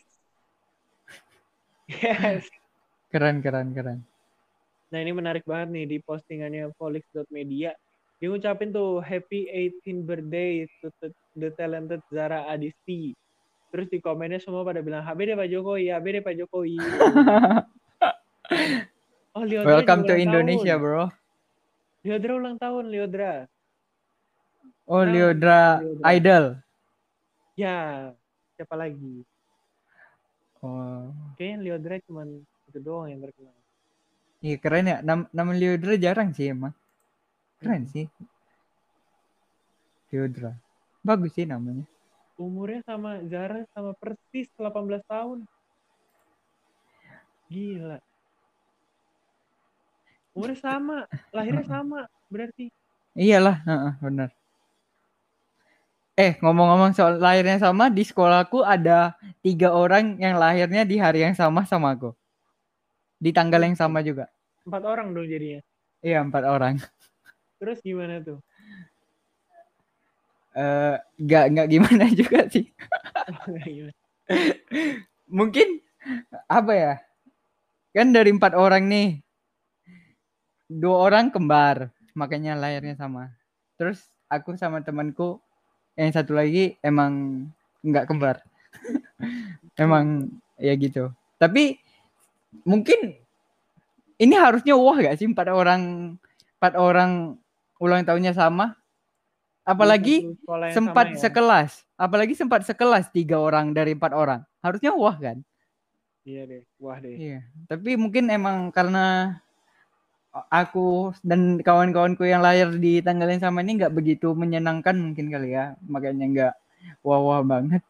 Yes. Keren keren keren. Nah ini menarik banget nih di postingannya volix.media. Dia ngucapin tuh happy eighteenth birthday to the talented Zara Adisti. Terus di komennya semua pada bilang H B D Pak Jokowi, H B D Pak Jokowi. Oh Liodra juga Welcome to ulang tahun. Indonesia, bro. Liodra ulang tahun, Liodra. Oh, Kenal nggak Liodra Liodra? Idol. Ya, siapa lagi? Oh, Kayaknya Liodra cuman itu doang yang terkenal. iya keren ya. Nam nama Liodra jarang sih emang. Keren Hmm. sih Liodra. Bagus sih namanya. Umurnya sama Zara sama persis delapan belas tahun. Gila. Umurnya sama, lahirnya sama berarti. Iyalah, heeh, benar. Eh, ngomong-ngomong soal lahirnya sama, di sekolahku ada tiga orang yang lahirnya di hari yang sama sama aku. Di tanggal yang Buset. sama juga. Empat orang dong jadinya. Iya, empat orang. Terus gimana tuh? Eh, nggak nggak gimana juga sih. Oh, gimana? Mungkin apa ya? Kan dari empat orang nih, dua orang kembar, makanya lahirnya sama. Terus aku sama temanku yang satu lagi emang nggak kembar. Hmm. Emang ya gitu. Tapi mungkin ini harusnya wah gak sih empat orang empat orang ulang tahunnya sama? Di satu Apalagi sekolah yang sama sempat ya. sekelas, apalagi sempat sekelas tiga orang dari empat orang. Harusnya wah kan? Iya deh. Wah deh. Iya. Tapi mungkin emang karena aku dan kawan-kawanku yang lahir di tanggal yang sama ini nggak begitu menyenangkan mungkin kali ya, makanya nggak wah-wah banget.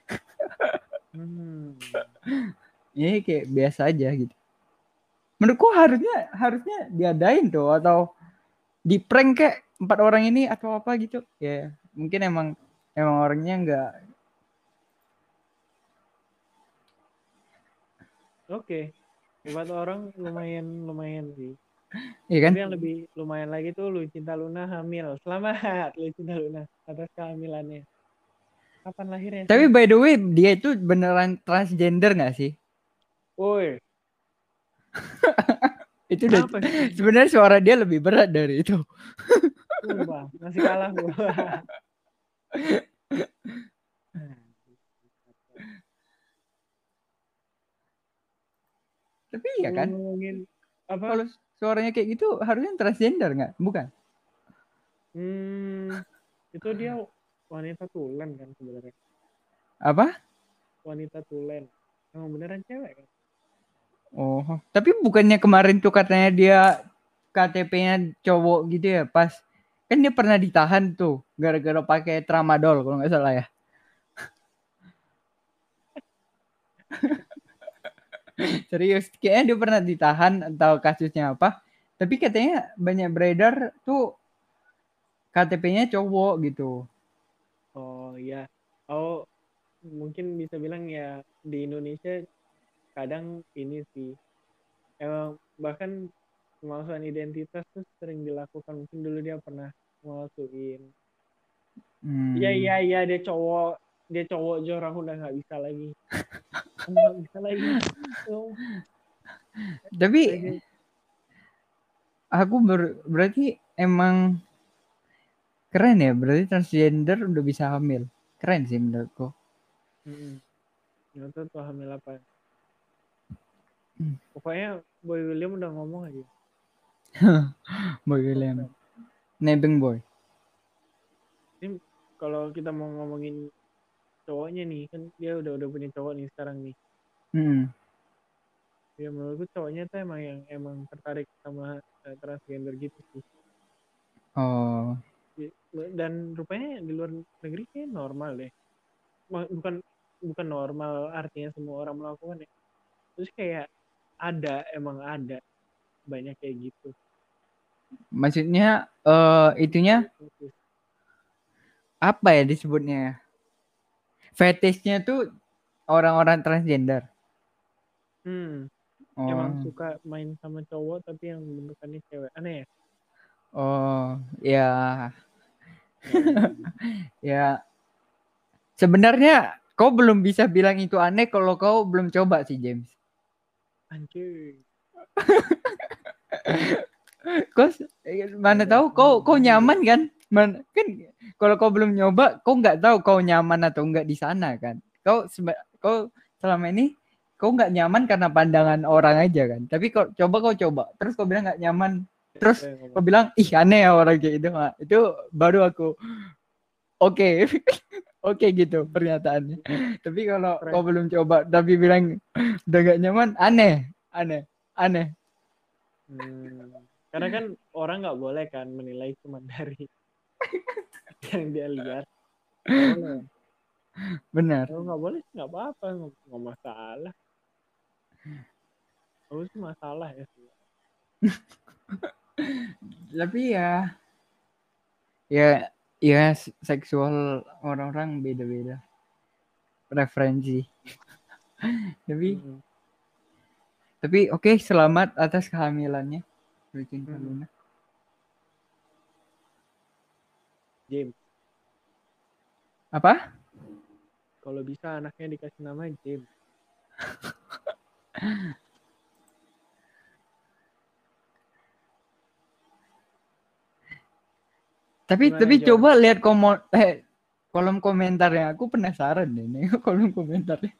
Hmm. Ini kayak biasa aja gitu. Menurutku harusnya harusnya diadain tuh atau di prank kayak empat orang ini atau apa gitu. Ya mungkin emang emang orangnya nggak. Oke. Empat orang lumayan lumayan sih. Iya kan? Tapi yang lebih lumayan lagi tuh Lucinta Luna hamil. Selamat Lucinta Luna atas kehamilannya. Kapan lahirnya Tapi sih? by the way dia itu beneran transgender nggak sih? Woi, Itu udah kenapa sih? sebenarnya suara dia lebih berat dari itu. Sumpah, masih kalah gua. Tapi iya kan? Ngomongin apa? Kalau suaranya kayak gitu harusnya transgender nggak? Bukan? Hmm, itu dia wanita tulen kan sebenarnya. Apa? Wanita tulen. Emang beneran cewek kan? Oh, tapi bukannya kemarin tuh katanya dia K T P-nya cowok gitu ya? Pas kan dia pernah ditahan tuh gara-gara pakai tramadol kalau nggak salah ya. Serius, kayaknya dia pernah ditahan atau kasusnya apa. Tapi katanya banyak beredar tuh K T P-nya cowok gitu. Oh iya. Oh, mungkin bisa bilang ya di Indonesia kadang ini sih. Emang bahkan pemalsuan identitas tuh sering dilakukan. Mungkin dulu dia pernah memalsuin. Iya Hmm. iya iya dia cowok, dia cowok aja orang udah nggak bisa lagi, nggak bisa lagi. Oh, Tapi lagi. aku ber berarti emang keren ya. Berarti transgender udah bisa hamil. Keren sih menurutku. Mm-mm. Nggak tahu tuh hamil apa. Hmm. Pokoknya Boy William udah ngomong aja. Boy Oh, William. keren. Nebeng boy. Ini kalau kita mau ngomongin cowoknya nih kan dia udah udah punya cowok nih sekarang nih. Hmm. Ya menurutku cowoknya tuh emang yang emang tertarik sama uh, transgender gitu sih. Oh. Dan rupanya di luar negeri kayak normal deh. Bukan bukan normal artinya semua orang melakukan ya. Terus kayak ada emang ada banyak kayak gitu. Maksudnya uh, itunya Gitu. apa ya disebutnya? Fetishnya tuh orang-orang transgender. Hmm, emang Oh. suka main sama cowok tapi yang bentukannya cewek. Aneh ya? Oh, ya. Nggak ngerti gitu. Ya, sebenarnya kau belum bisa bilang itu aneh kalau kau belum coba sih, James. Anjir. Kau mana Ada. tahu kau kau nyaman kan? Man, kan kalau kau belum nyoba, kau nggak tahu kau nyaman atau nggak di sana kan? Kau seba, kau selama ini kau nggak nyaman karena pandangan orang aja kan? Tapi kau coba kau coba, terus kau bilang nggak nyaman, terus Saya ngomong. kau bilang ih aneh ya orang kayak gitu, nah, itu baru aku oke. Okay. Oke gitu pernyataannya. Tapi kalau Keren. kau belum coba tapi bilang udah gak nyaman, aneh, aneh, aneh. Hmm. Karena kan orang nggak boleh kan menilai cuma dari yang dia lihat. Nggak boleh. Benar. Kalau nggak boleh nggak apa-apa, nggak nggak masalah. Aku sih masalah ya. Tapi ya, ya, ya seksual orang-orang beda-beda preferensi. Tapi, Hmm. tapi oke, okay, selamat atas kehamilannya, Lucinta Hmm. Luna. James. Apa? Kalau bisa anaknya dikasih nama James. Tapi Gimana tapi John? coba lihat komo eh, kolom komentarnya. Aku penasaran deh nih kolom komentarnya.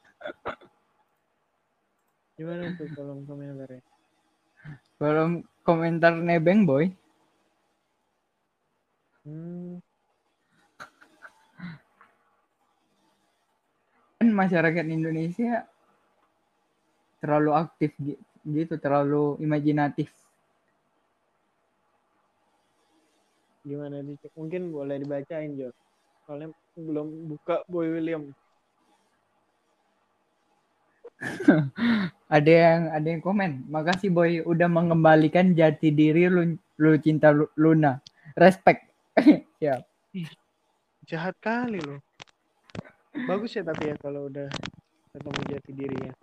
Gimana tuh kolom komentarnya? Kolom komentar Nebeng Boy. Hmm. Kan masyarakat Indonesia terlalu aktif gitu, terlalu imajinatif. Gimana sih? Mungkin boleh dibacain John. Soalnya belum buka Boy William. Ada yang ada yang komen, makasih Boy udah mengembalikan jati diri lu, lu cinta Luna. Respect. Siap. Ih, jahat kali loh. Bagus ya tapi ya kalau udah ketemu jati dirinya.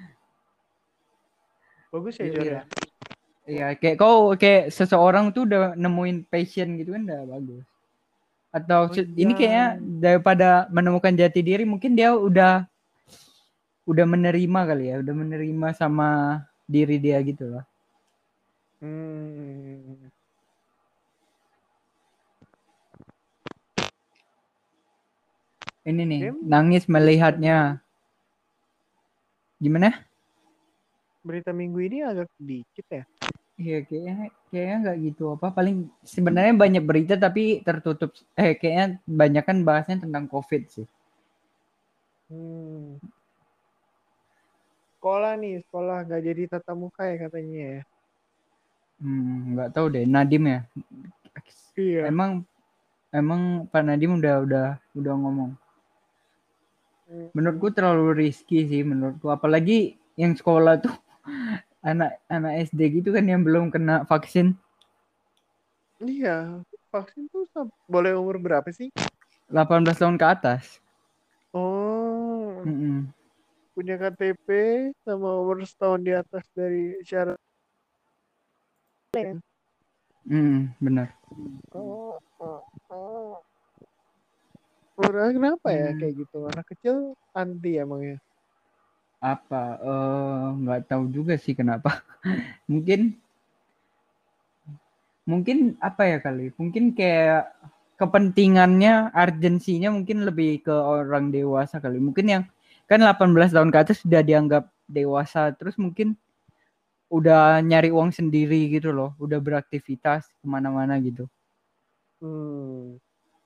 Bagus ya Iya, Jor iya. ya. Iya, kayak kau kayak seseorang tuh udah nemuin passion gitu kan udah bagus. Atau Oh ini kayaknya iya. daripada menemukan jati diri mungkin dia udah udah menerima kali ya, udah menerima sama diri dia gitu loh. Hmm. Ini nih, Game nangis berita melihatnya. Gimana? berita minggu ini agak sedikit ya. Iya, kayaknya kayaknya nggak gitu apa. Paling sebenarnya banyak berita tapi tertutup. Eh, kayaknya banyak kan bahasnya tentang COVID sih. Hmm. Sekolah nih, sekolah gak jadi tatap muka ya katanya ya. Hmm, nggak tahu deh. Nadim ya. Iya. Emang emang Pak Nadim udah udah udah ngomong. Hmm. Menurutku terlalu risky sih menurutku. Apalagi yang sekolah tuh anak anak S D gitu kan yang belum kena vaksin. Iya, vaksin tuh sam- boleh umur berapa sih? delapan belas tahun ke atas. Oh, Mm-mm. punya K T P sama umur setahun di atas dari syarat. Mm, benar. Oh, oh, oh. Udah, kenapa ya Hmm, kayak gitu? Anak kecil anti emangnya. apa? Eh, nggak tahu juga sih kenapa. Mungkin mungkin apa ya kali? Mungkin kayak kepentingannya, urgensinya mungkin lebih ke orang dewasa kali. Mungkin yang kan delapan belas tahun ke atas sudah dianggap dewasa, terus mungkin udah nyari uang sendiri gitu loh, udah beraktivitas kemana-mana gitu. Hmm.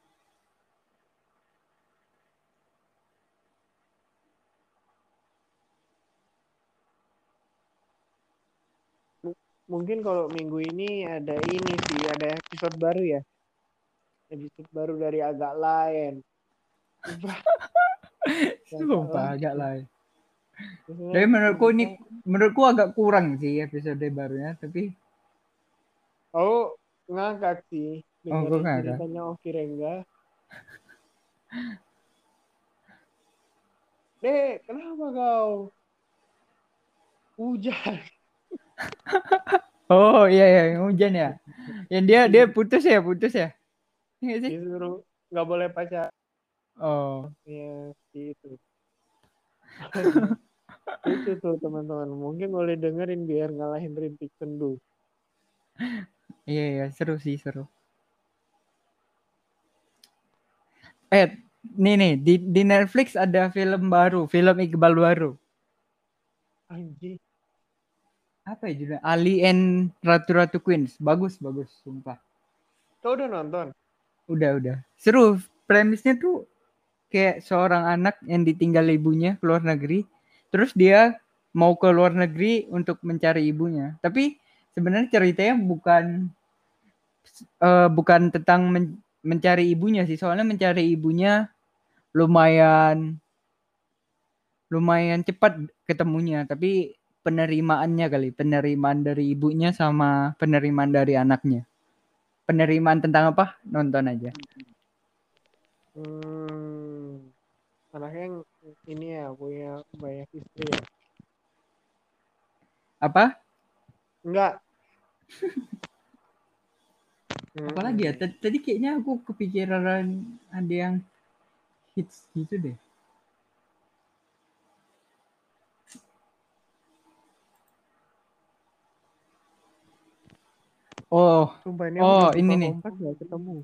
M- Mungkin kalau minggu ini ada ini sih, ada episode baru ya. Episode baru dari agak lain. Sumpah, agak Sumpah agak lain. lain. Maksudnya Tapi menurutku ini mereka, menurutku agak kurang sih episode barunya, tapi oh ngangkat sih oh gue dengerin nggak ada. ceritanya Oki Rengga. Dek, kenapa kau hujan? Oh iya iya yang hujan ya. Yang dia dia putus ya, putus ya. Iya sih. Disuruh nggak boleh pacar. Oh. Ya, itu. Aduh. Lucu tuh teman-teman. Mungkin boleh dengerin biar ngalahin Rintik Sendu. Iya iya seru sih seru. Eh nih nih di di Netflix ada film baru, film Iqbal baru. Anjing. Apa ya judulnya? Ali and Ratu Ratu Queens. Bagus bagus sumpah. Kau udah nonton? Udah udah. Seru. Premisnya tuh kayak seorang anak yang ditinggal ibunya ke luar negeri, terus dia mau ke luar negeri untuk mencari ibunya. Tapi sebenarnya ceritanya bukan uh, bukan tentang men- mencari ibunya sih, soalnya mencari ibunya lumayan lumayan cepat ketemunya, tapi penerimaannya kali, penerimaan dari ibunya sama penerimaan dari anaknya. Penerimaan tentang apa? Nonton aja. Hmm, anaknya yang ini ya punya banyak istri ya? Apa? Enggak. Apalagi ya? Mm-mm. Tadi kayaknya aku kepikiran ada yang hits gitu deh. Oh, Sumpah ini aku oh udah ini buka nih. Kompas nggak ketemu.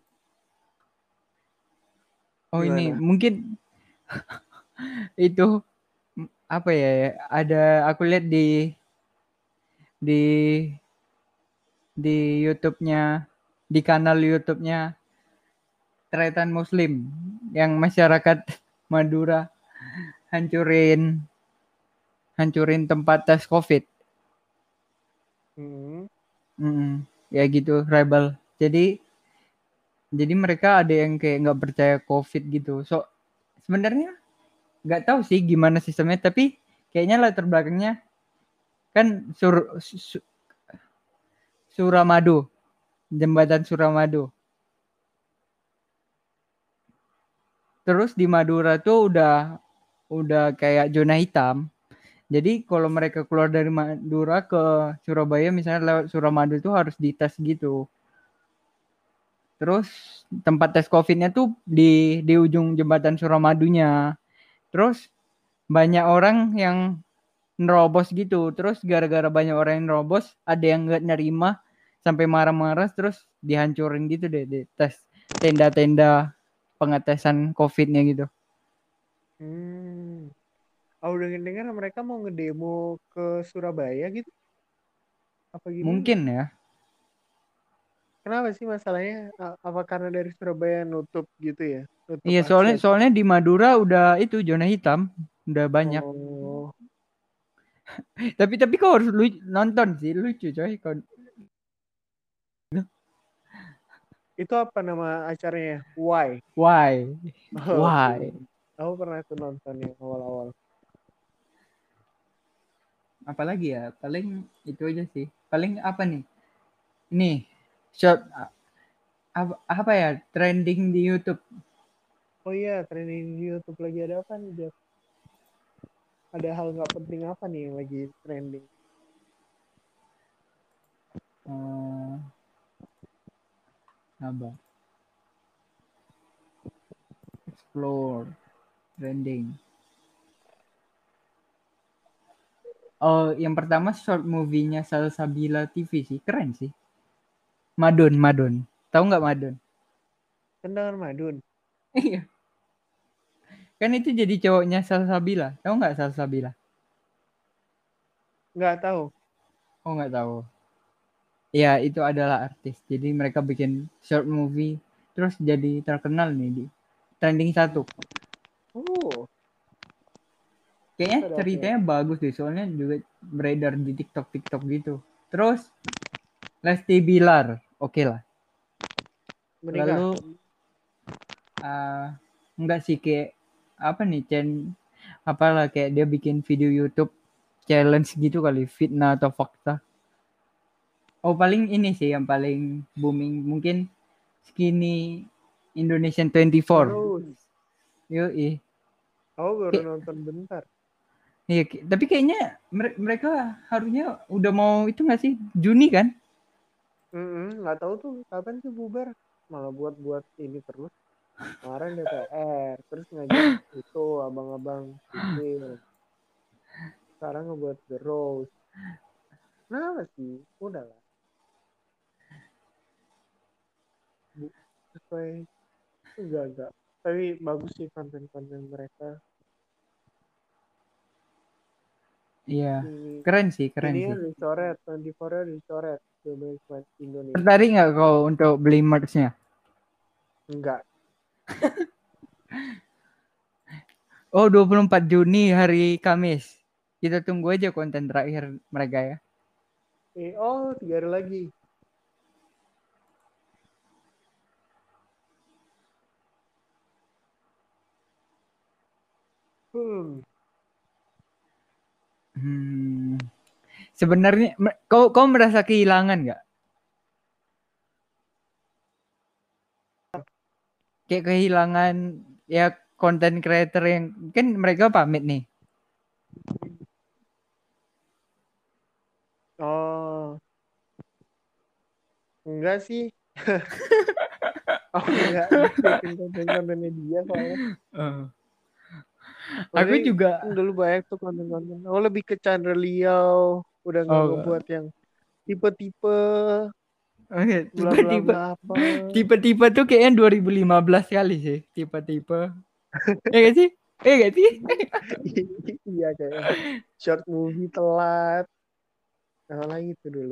Oh ini Gimana? mungkin itu apa ya? Ada aku lihat di di di YouTube-nya, di kanal YouTube-nya Tretan Muslim yang masyarakat Madura hancurin hancurin tempat tes COVID. Hmm. Mm, ya gitu, rebel. Jadi jadi mereka ada yang kayak nggak percaya COVID gitu. So sebenarnya nggak tahu sih gimana sistemnya, tapi kayaknya latar belakangnya kan sur, su, Suramadu, jembatan Suramadu. Terus di Madura tuh udah udah kayak zona hitam. Jadi kalau mereka keluar dari Madura ke Surabaya misalnya lewat Suramadu itu harus dites gitu. Terus tempat tes COVID-nya tuh di di ujung jembatan Suramadunya. Terus banyak orang yang nerobos gitu. Terus gara-gara banyak orang yang nerobos, ada yang nggak nerima sampai marah-marah terus dihancurin gitu deh di tes tenda-tenda pengetesan COVID-nya gitu. Hmm. Aku udah dengar mereka mau ngedemo ke Surabaya gitu. Apa gimana? Mungkin ya. Kenapa sih masalahnya? A- Apa karena dari Surabaya nutup gitu ya? Nutup Iya, soalnya akses. soalnya di Madura udah itu zona hitam, udah banyak. Oh, Tapi tapi kau harus lu- nonton sih, lucu coy. Kau itu apa nama acaranya? Why? why? Oke. Why? Aku pernah tuh nonton yang awal-awal. Apalagi ya? Paling itu aja sih. Paling apa nih? Nih, short apa, apa ya? Trending di YouTube. Oh iya, trending di YouTube lagi ada apa nih, Jeff? Ada hal nggak penting apa nih yang lagi trending? Eh, apa? Explore trending. Oh, yang pertama short movie-nya Salsabila T V sih, keren sih. Madun, Madun. Tahu nggak Madun? Tendangan Madun. Iya. Kan itu jadi cowoknya Salsabila. Tahu nggak Salsabila? Nggak tahu. Oh nggak tahu. Ya itu adalah artis. Jadi mereka bikin short movie terus jadi terkenal nih di trending satu. Oh, Kayaknya ada apa ya? ceritanya bagus deh. Soalnya juga beredar di TikTok TikTok gitu. Terus Lesti Bilar, oke lah. Menikah? Lalu uh, enggak sih kayak apa nih Chen apalah kayak dia bikin video YouTube challenge gitu kali fitnah atau fakta. Oh paling ini sih yang paling booming mungkin Skinny Indonesian twenty four. Terus, Yoi. aku baru Kayak, nonton bentar. iya, kayak- tapi kayaknya mere- mereka harusnya udah mau itu nggak sih Juni kan? Mm-mm, nggak tahu tuh kapan sih bubar. Malah buat-buat ini terus. Kemarin D P R, terus ngajak itu abang-abang sipil. Sekarang ngebuat The Rose. Kenapa sih? Udahlah. Bu, sesuai enggak enggak. Tapi bagus sih konten-konten mereka. Iya, Ini keren sih, keren ini ya sih. dicoret, dua puluh empat ya dicoret. Coba Indonesia. Tertarik nggak kau untuk beli merch-nya? Enggak. Oh, dua puluh empat Juni hari Kamis. Kita tunggu aja konten terakhir mereka ya. Eh, oh, tiga hari lagi. Hmm. Hmm. Sebenarnya kau kau merasa kehilangan nggak? Kayak kehilangan ya konten creator yang kan mereka pamit nih. Oh, enggak sih. Aku enggak ngikutin konten-kontennya dia soalnya. Uh, aku Maksudnya juga. kan dulu banyak tuh konten-konten. Oh, lebih ke Chandra Liao. Udah nggak Oh, ngebuat yang tipe-tipe oke, bla bla tipe-tipe bla apa. tipe-tipe tuh kayaknya dua ribu lima belas kali sih, tipe-tipe. Ya gak sih? Ya gak sih? Iya kayak short movie telat. Nah, lagi itu dulu.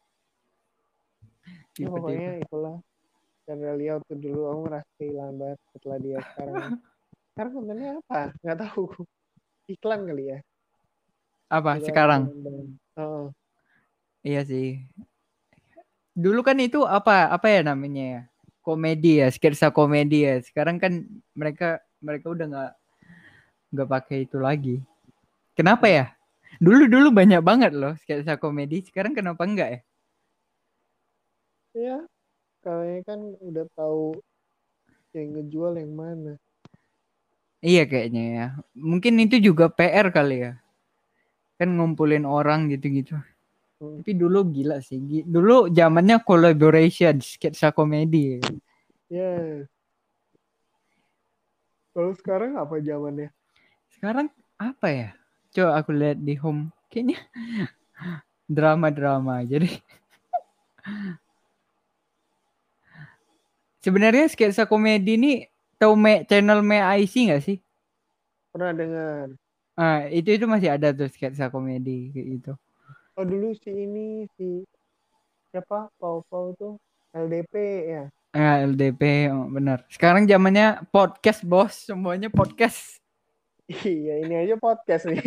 Ya pokoknya Tipe-tipe. itulah. Chandra Liao tuh dulu aku ngerasa kehilangan banget setelah dia sekarang. Sekarang kontennya apa? Nggak tahu. Iklan kali ya. Apa Udah sekarang? lumayan banget. Oh, Iya sih. Dulu kan itu apa apa ya namanya ya? Komedi ya, sketsa komedi ya. Sekarang kan mereka mereka udah nggak nggak pakai itu lagi. Kenapa oh. ya? Dulu dulu banyak banget loh sketsa komedi. Sekarang kenapa enggak ya? Ya, kalian kan udah tahu yang ngejual yang mana. Iya kayaknya ya. Mungkin itu juga P R kali ya. Kan ngumpulin orang gitu-gitu. Hmm. Tapi dulu gila sih. Dulu zamannya collaboration, sketsa komedi. Ya, kalau sekarang apa zamannya? Sekarang apa ya? Coba aku lihat di home. Kayaknya drama-drama. Jadi sebenarnya sketsa komedi ini tahu me, channel Me I C nggak sih? Pernah dengar? Ah, itu itu masih ada tuh sketsa komedi kayak gitu. Oh dulu si ini si siapa? Pau Pau tuh L D P ya. Ah, L D P oh, benar. Sekarang zamannya podcast, Bos. Semuanya podcast. Iya ini aja podcast nih.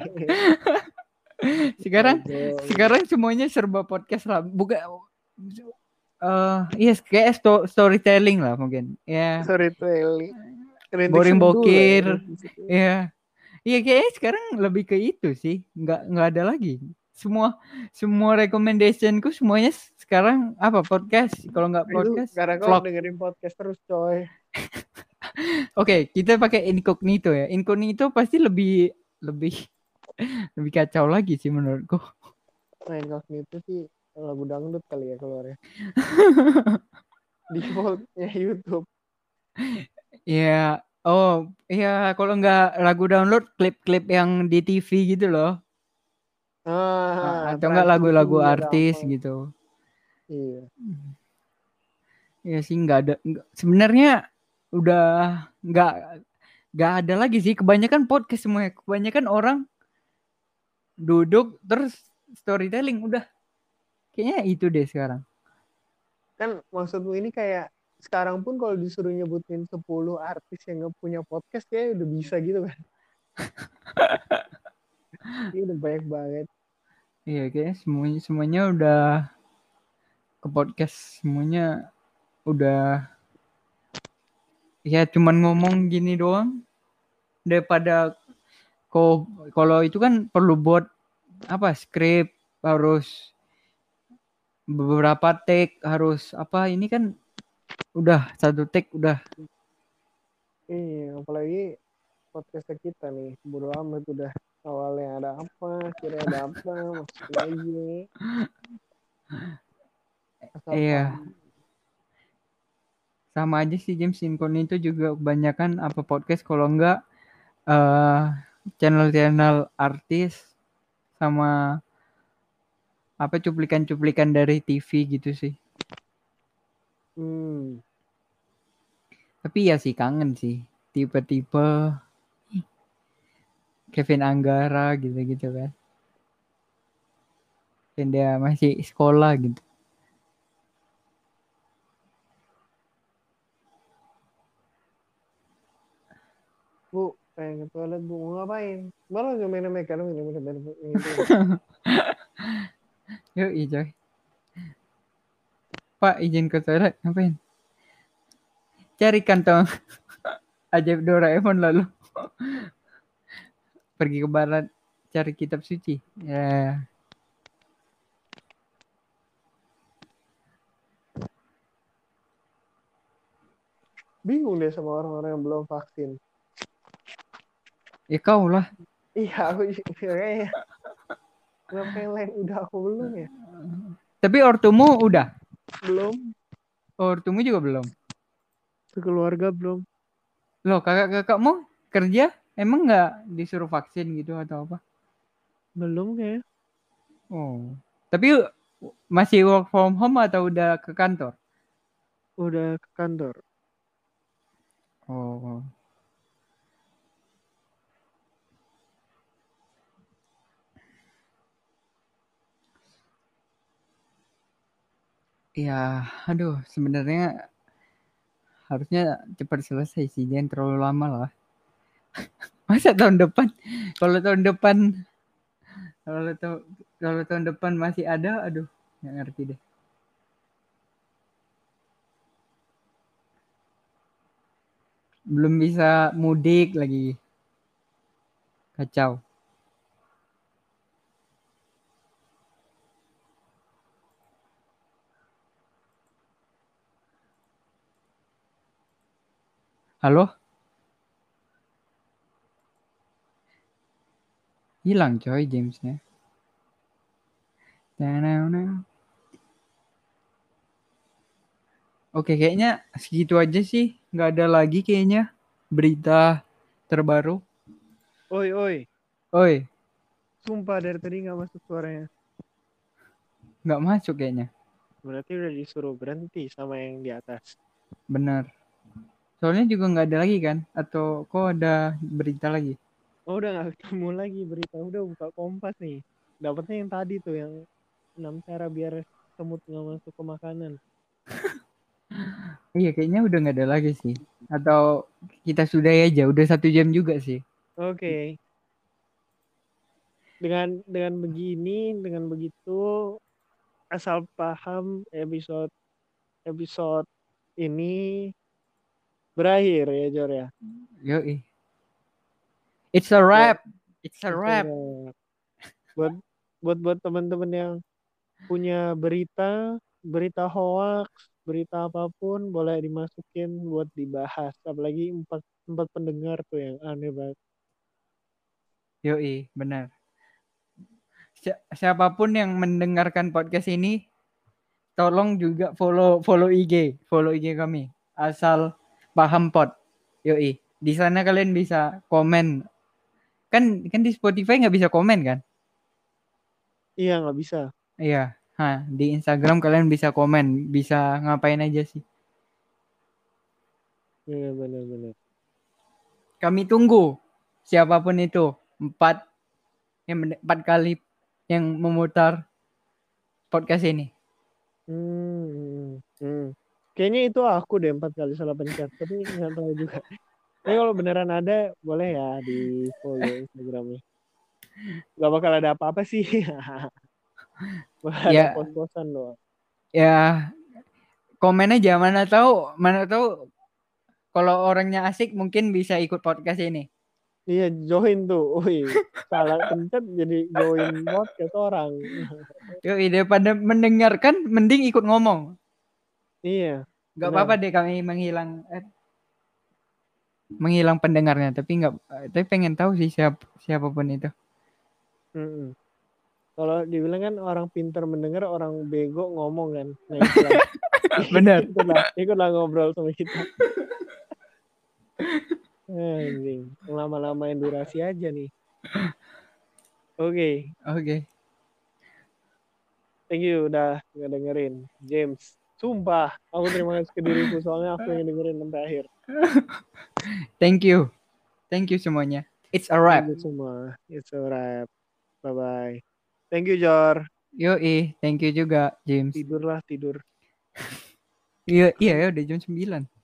Sekarang Ngobrol. sekarang semuanya serba podcast lah. Bukan eh iya kayak sto- storytelling lah mungkin. Ya, Storytelling. Rintik boring Seduh lah ya. bokir. Rintik Seduh. Ya, iya kayaknya sekarang lebih ke itu sih. Nggak nggak ada lagi. Semua semua recommendationku semuanya sekarang apa podcast. Kalau nggak Itu podcast, karena kau vlog. dengerin podcast terus coy. Oke, kita pakai incognito ya. Incognito pasti lebih lebih lebih kacau lagi sih menurutku. Main itu sih lagu dangdut kali ya keluarnya. Defaultnya YouTube. Ya, oh, iya kalau nggak lagu download klip-klip yang di T V gitu loh. A- Ah, Atau nggak Trans lagu-lagu T V ada artis apa? gitu. Iya. Ya sih nggak ada. nggak- Sebenarnya udah nggak nggak ada lagi sih. Kebanyakan podcast semuanya. Kebanyakan orang duduk terus storytelling udah. Kayaknya itu deh sekarang. Kan maksudmu ini kayak sekarang pun kalau disuruh nyebutin sepuluh artis yang nggak punya podcast kayak udah bisa gitu kan. Ini udah banyak banget. Iya kayaknya semuanya semuanya udah ke podcast semuanya udah ya cuman ngomong gini doang daripada kok kalau itu kan perlu buat apa skrip harus beberapa take harus apa ini kan udah satu take udah Iya, apalagi podcast kita nih. Bodo amat udah awalnya ada apa, kira ada apa, masukin aja. Asal iya paham. sama aja sih James Incon itu juga kebanyakan apa podcast kalau enggak eh channel-channel artis sama apa cuplikan-cuplikan dari T V gitu sih. Hmm. Tapi ya sih kangen sih tipe-tipe Kevin Anggara gitu-gitu kan. Dan dia masih sekolah gitu. Bu, pengen ke toilet bu, mau ngapain? Malah nggak main make lu main main gitu. Yuk, coy. Pak, izin ke toilet, ngapain? Cari kantong ajaib Doraemon lalu. Pergi ke barat, cari kitab suci. Ya. Bingung deh sama orang-orang yang belum vaksin. Ya kau lah. Iya, aku juga kayaknya. Kenapa yang lain udah aku belum ya? Tapi ortumu udah? Belum. Ortumu juga belum? Sekeluarga belum. Loh, kakak-kakakmu kerja emang nggak disuruh vaksin gitu atau apa? Belum kayak. Oh. Tapi masih work from home atau udah ke kantor? Udah ke kantor. Oh. Ya, aduh, sebenarnya harusnya cepat selesai sih, jangan terlalu lama lah. Masa tahun depan? Kalau tahun depan, kalau tahun kalau tahun depan masih ada, aduh, nggak ngerti deh. Belum bisa mudik lagi, kacau. Halo? Hilang coy Jamesnya. Oke, kayaknya segitu aja sih. Nggak ada lagi kayaknya berita terbaru. Oi, oi. Oi, Sumpah dari tadi nggak masuk suaranya. nggak masuk kayaknya. Berarti udah disuruh berhenti sama yang di atas. Bener. Soalnya juga nggak ada lagi kan? Atau kok ada berita lagi? Oh, udah nggak ketemu lagi berita. Udah buka Kompas nih. Dapatnya yang tadi tuh, yang enam cara biar semut nggak masuk ke makanan. Iya, kayaknya udah nggak ada lagi sih. Atau kita sudah aja, udah satu jam juga sih. Oke. Okay. Dengan dengan begini, dengan begitu, asal paham episode episode ini berakhir ya Jor ya. Yoi. It's a Buat wrap. It's a itu wrap. buat buat buat teman-teman yang punya berita, berita hoax, berita apapun boleh dimasukin buat dibahas. Apalagi empat empat pendengar tuh yang aneh banget. Yoi, benar. Si- siapapun yang mendengarkan podcast ini, tolong juga follow follow I G, follow I G kami. Asal paham pod. Yoi. Di sana kalian bisa komen. Kan kan di Spotify nggak bisa komen kan? Iya nggak bisa. Iya. Hah, di Instagram kalian bisa komen, bisa ngapain aja sih. Iya benar-benar. Kami tunggu siapapun itu empat yang empat kali yang memutar podcast ini. Hmm, hmm, hmm. Kayaknya itu aku deh empat kali salah pencet, tapi nggak tahu juga. Tapi kalau beneran ada, boleh ya di follow Instagramnya. Gak bakal ada apa-apa sih. Bakal ada Ya, pos-posan doang. ya komen aja, mana tahu mana tahu kalau orangnya asik mungkin bisa ikut podcast ini. Iya, join tuh. Wih, salah pencet jadi join podcast orang. Yuk, daripada mendengarkan mending ikut ngomong. Iya, Gak benar. apa-apa deh kami menghilang eh, menghilang pendengarnya, tapi nggak tapi pengen tahu sih siapa siapapun itu. Mm-mm. Kalau dibilang kan orang pintar mendengar, orang bego ngomong kan. Nah itulah, Bener. itulah, ikutlah ngobrol sama kita. Anjing, lama-lamain durasi aja nih. Oke, okay. Oke. Okay. Thank you udah ngedengerin. James, sumpah, aku terima kasih ke diriku soalnya aku yang dengerin sampai akhir. Thank you. Thank you semuanya. It's a Thank wrap. you semua. It's a wrap. Bye-bye. Thank you, Jor. Yoi, thank you juga, James. Tidurlah, tidur. Iya, iya ya udah jam sembilan.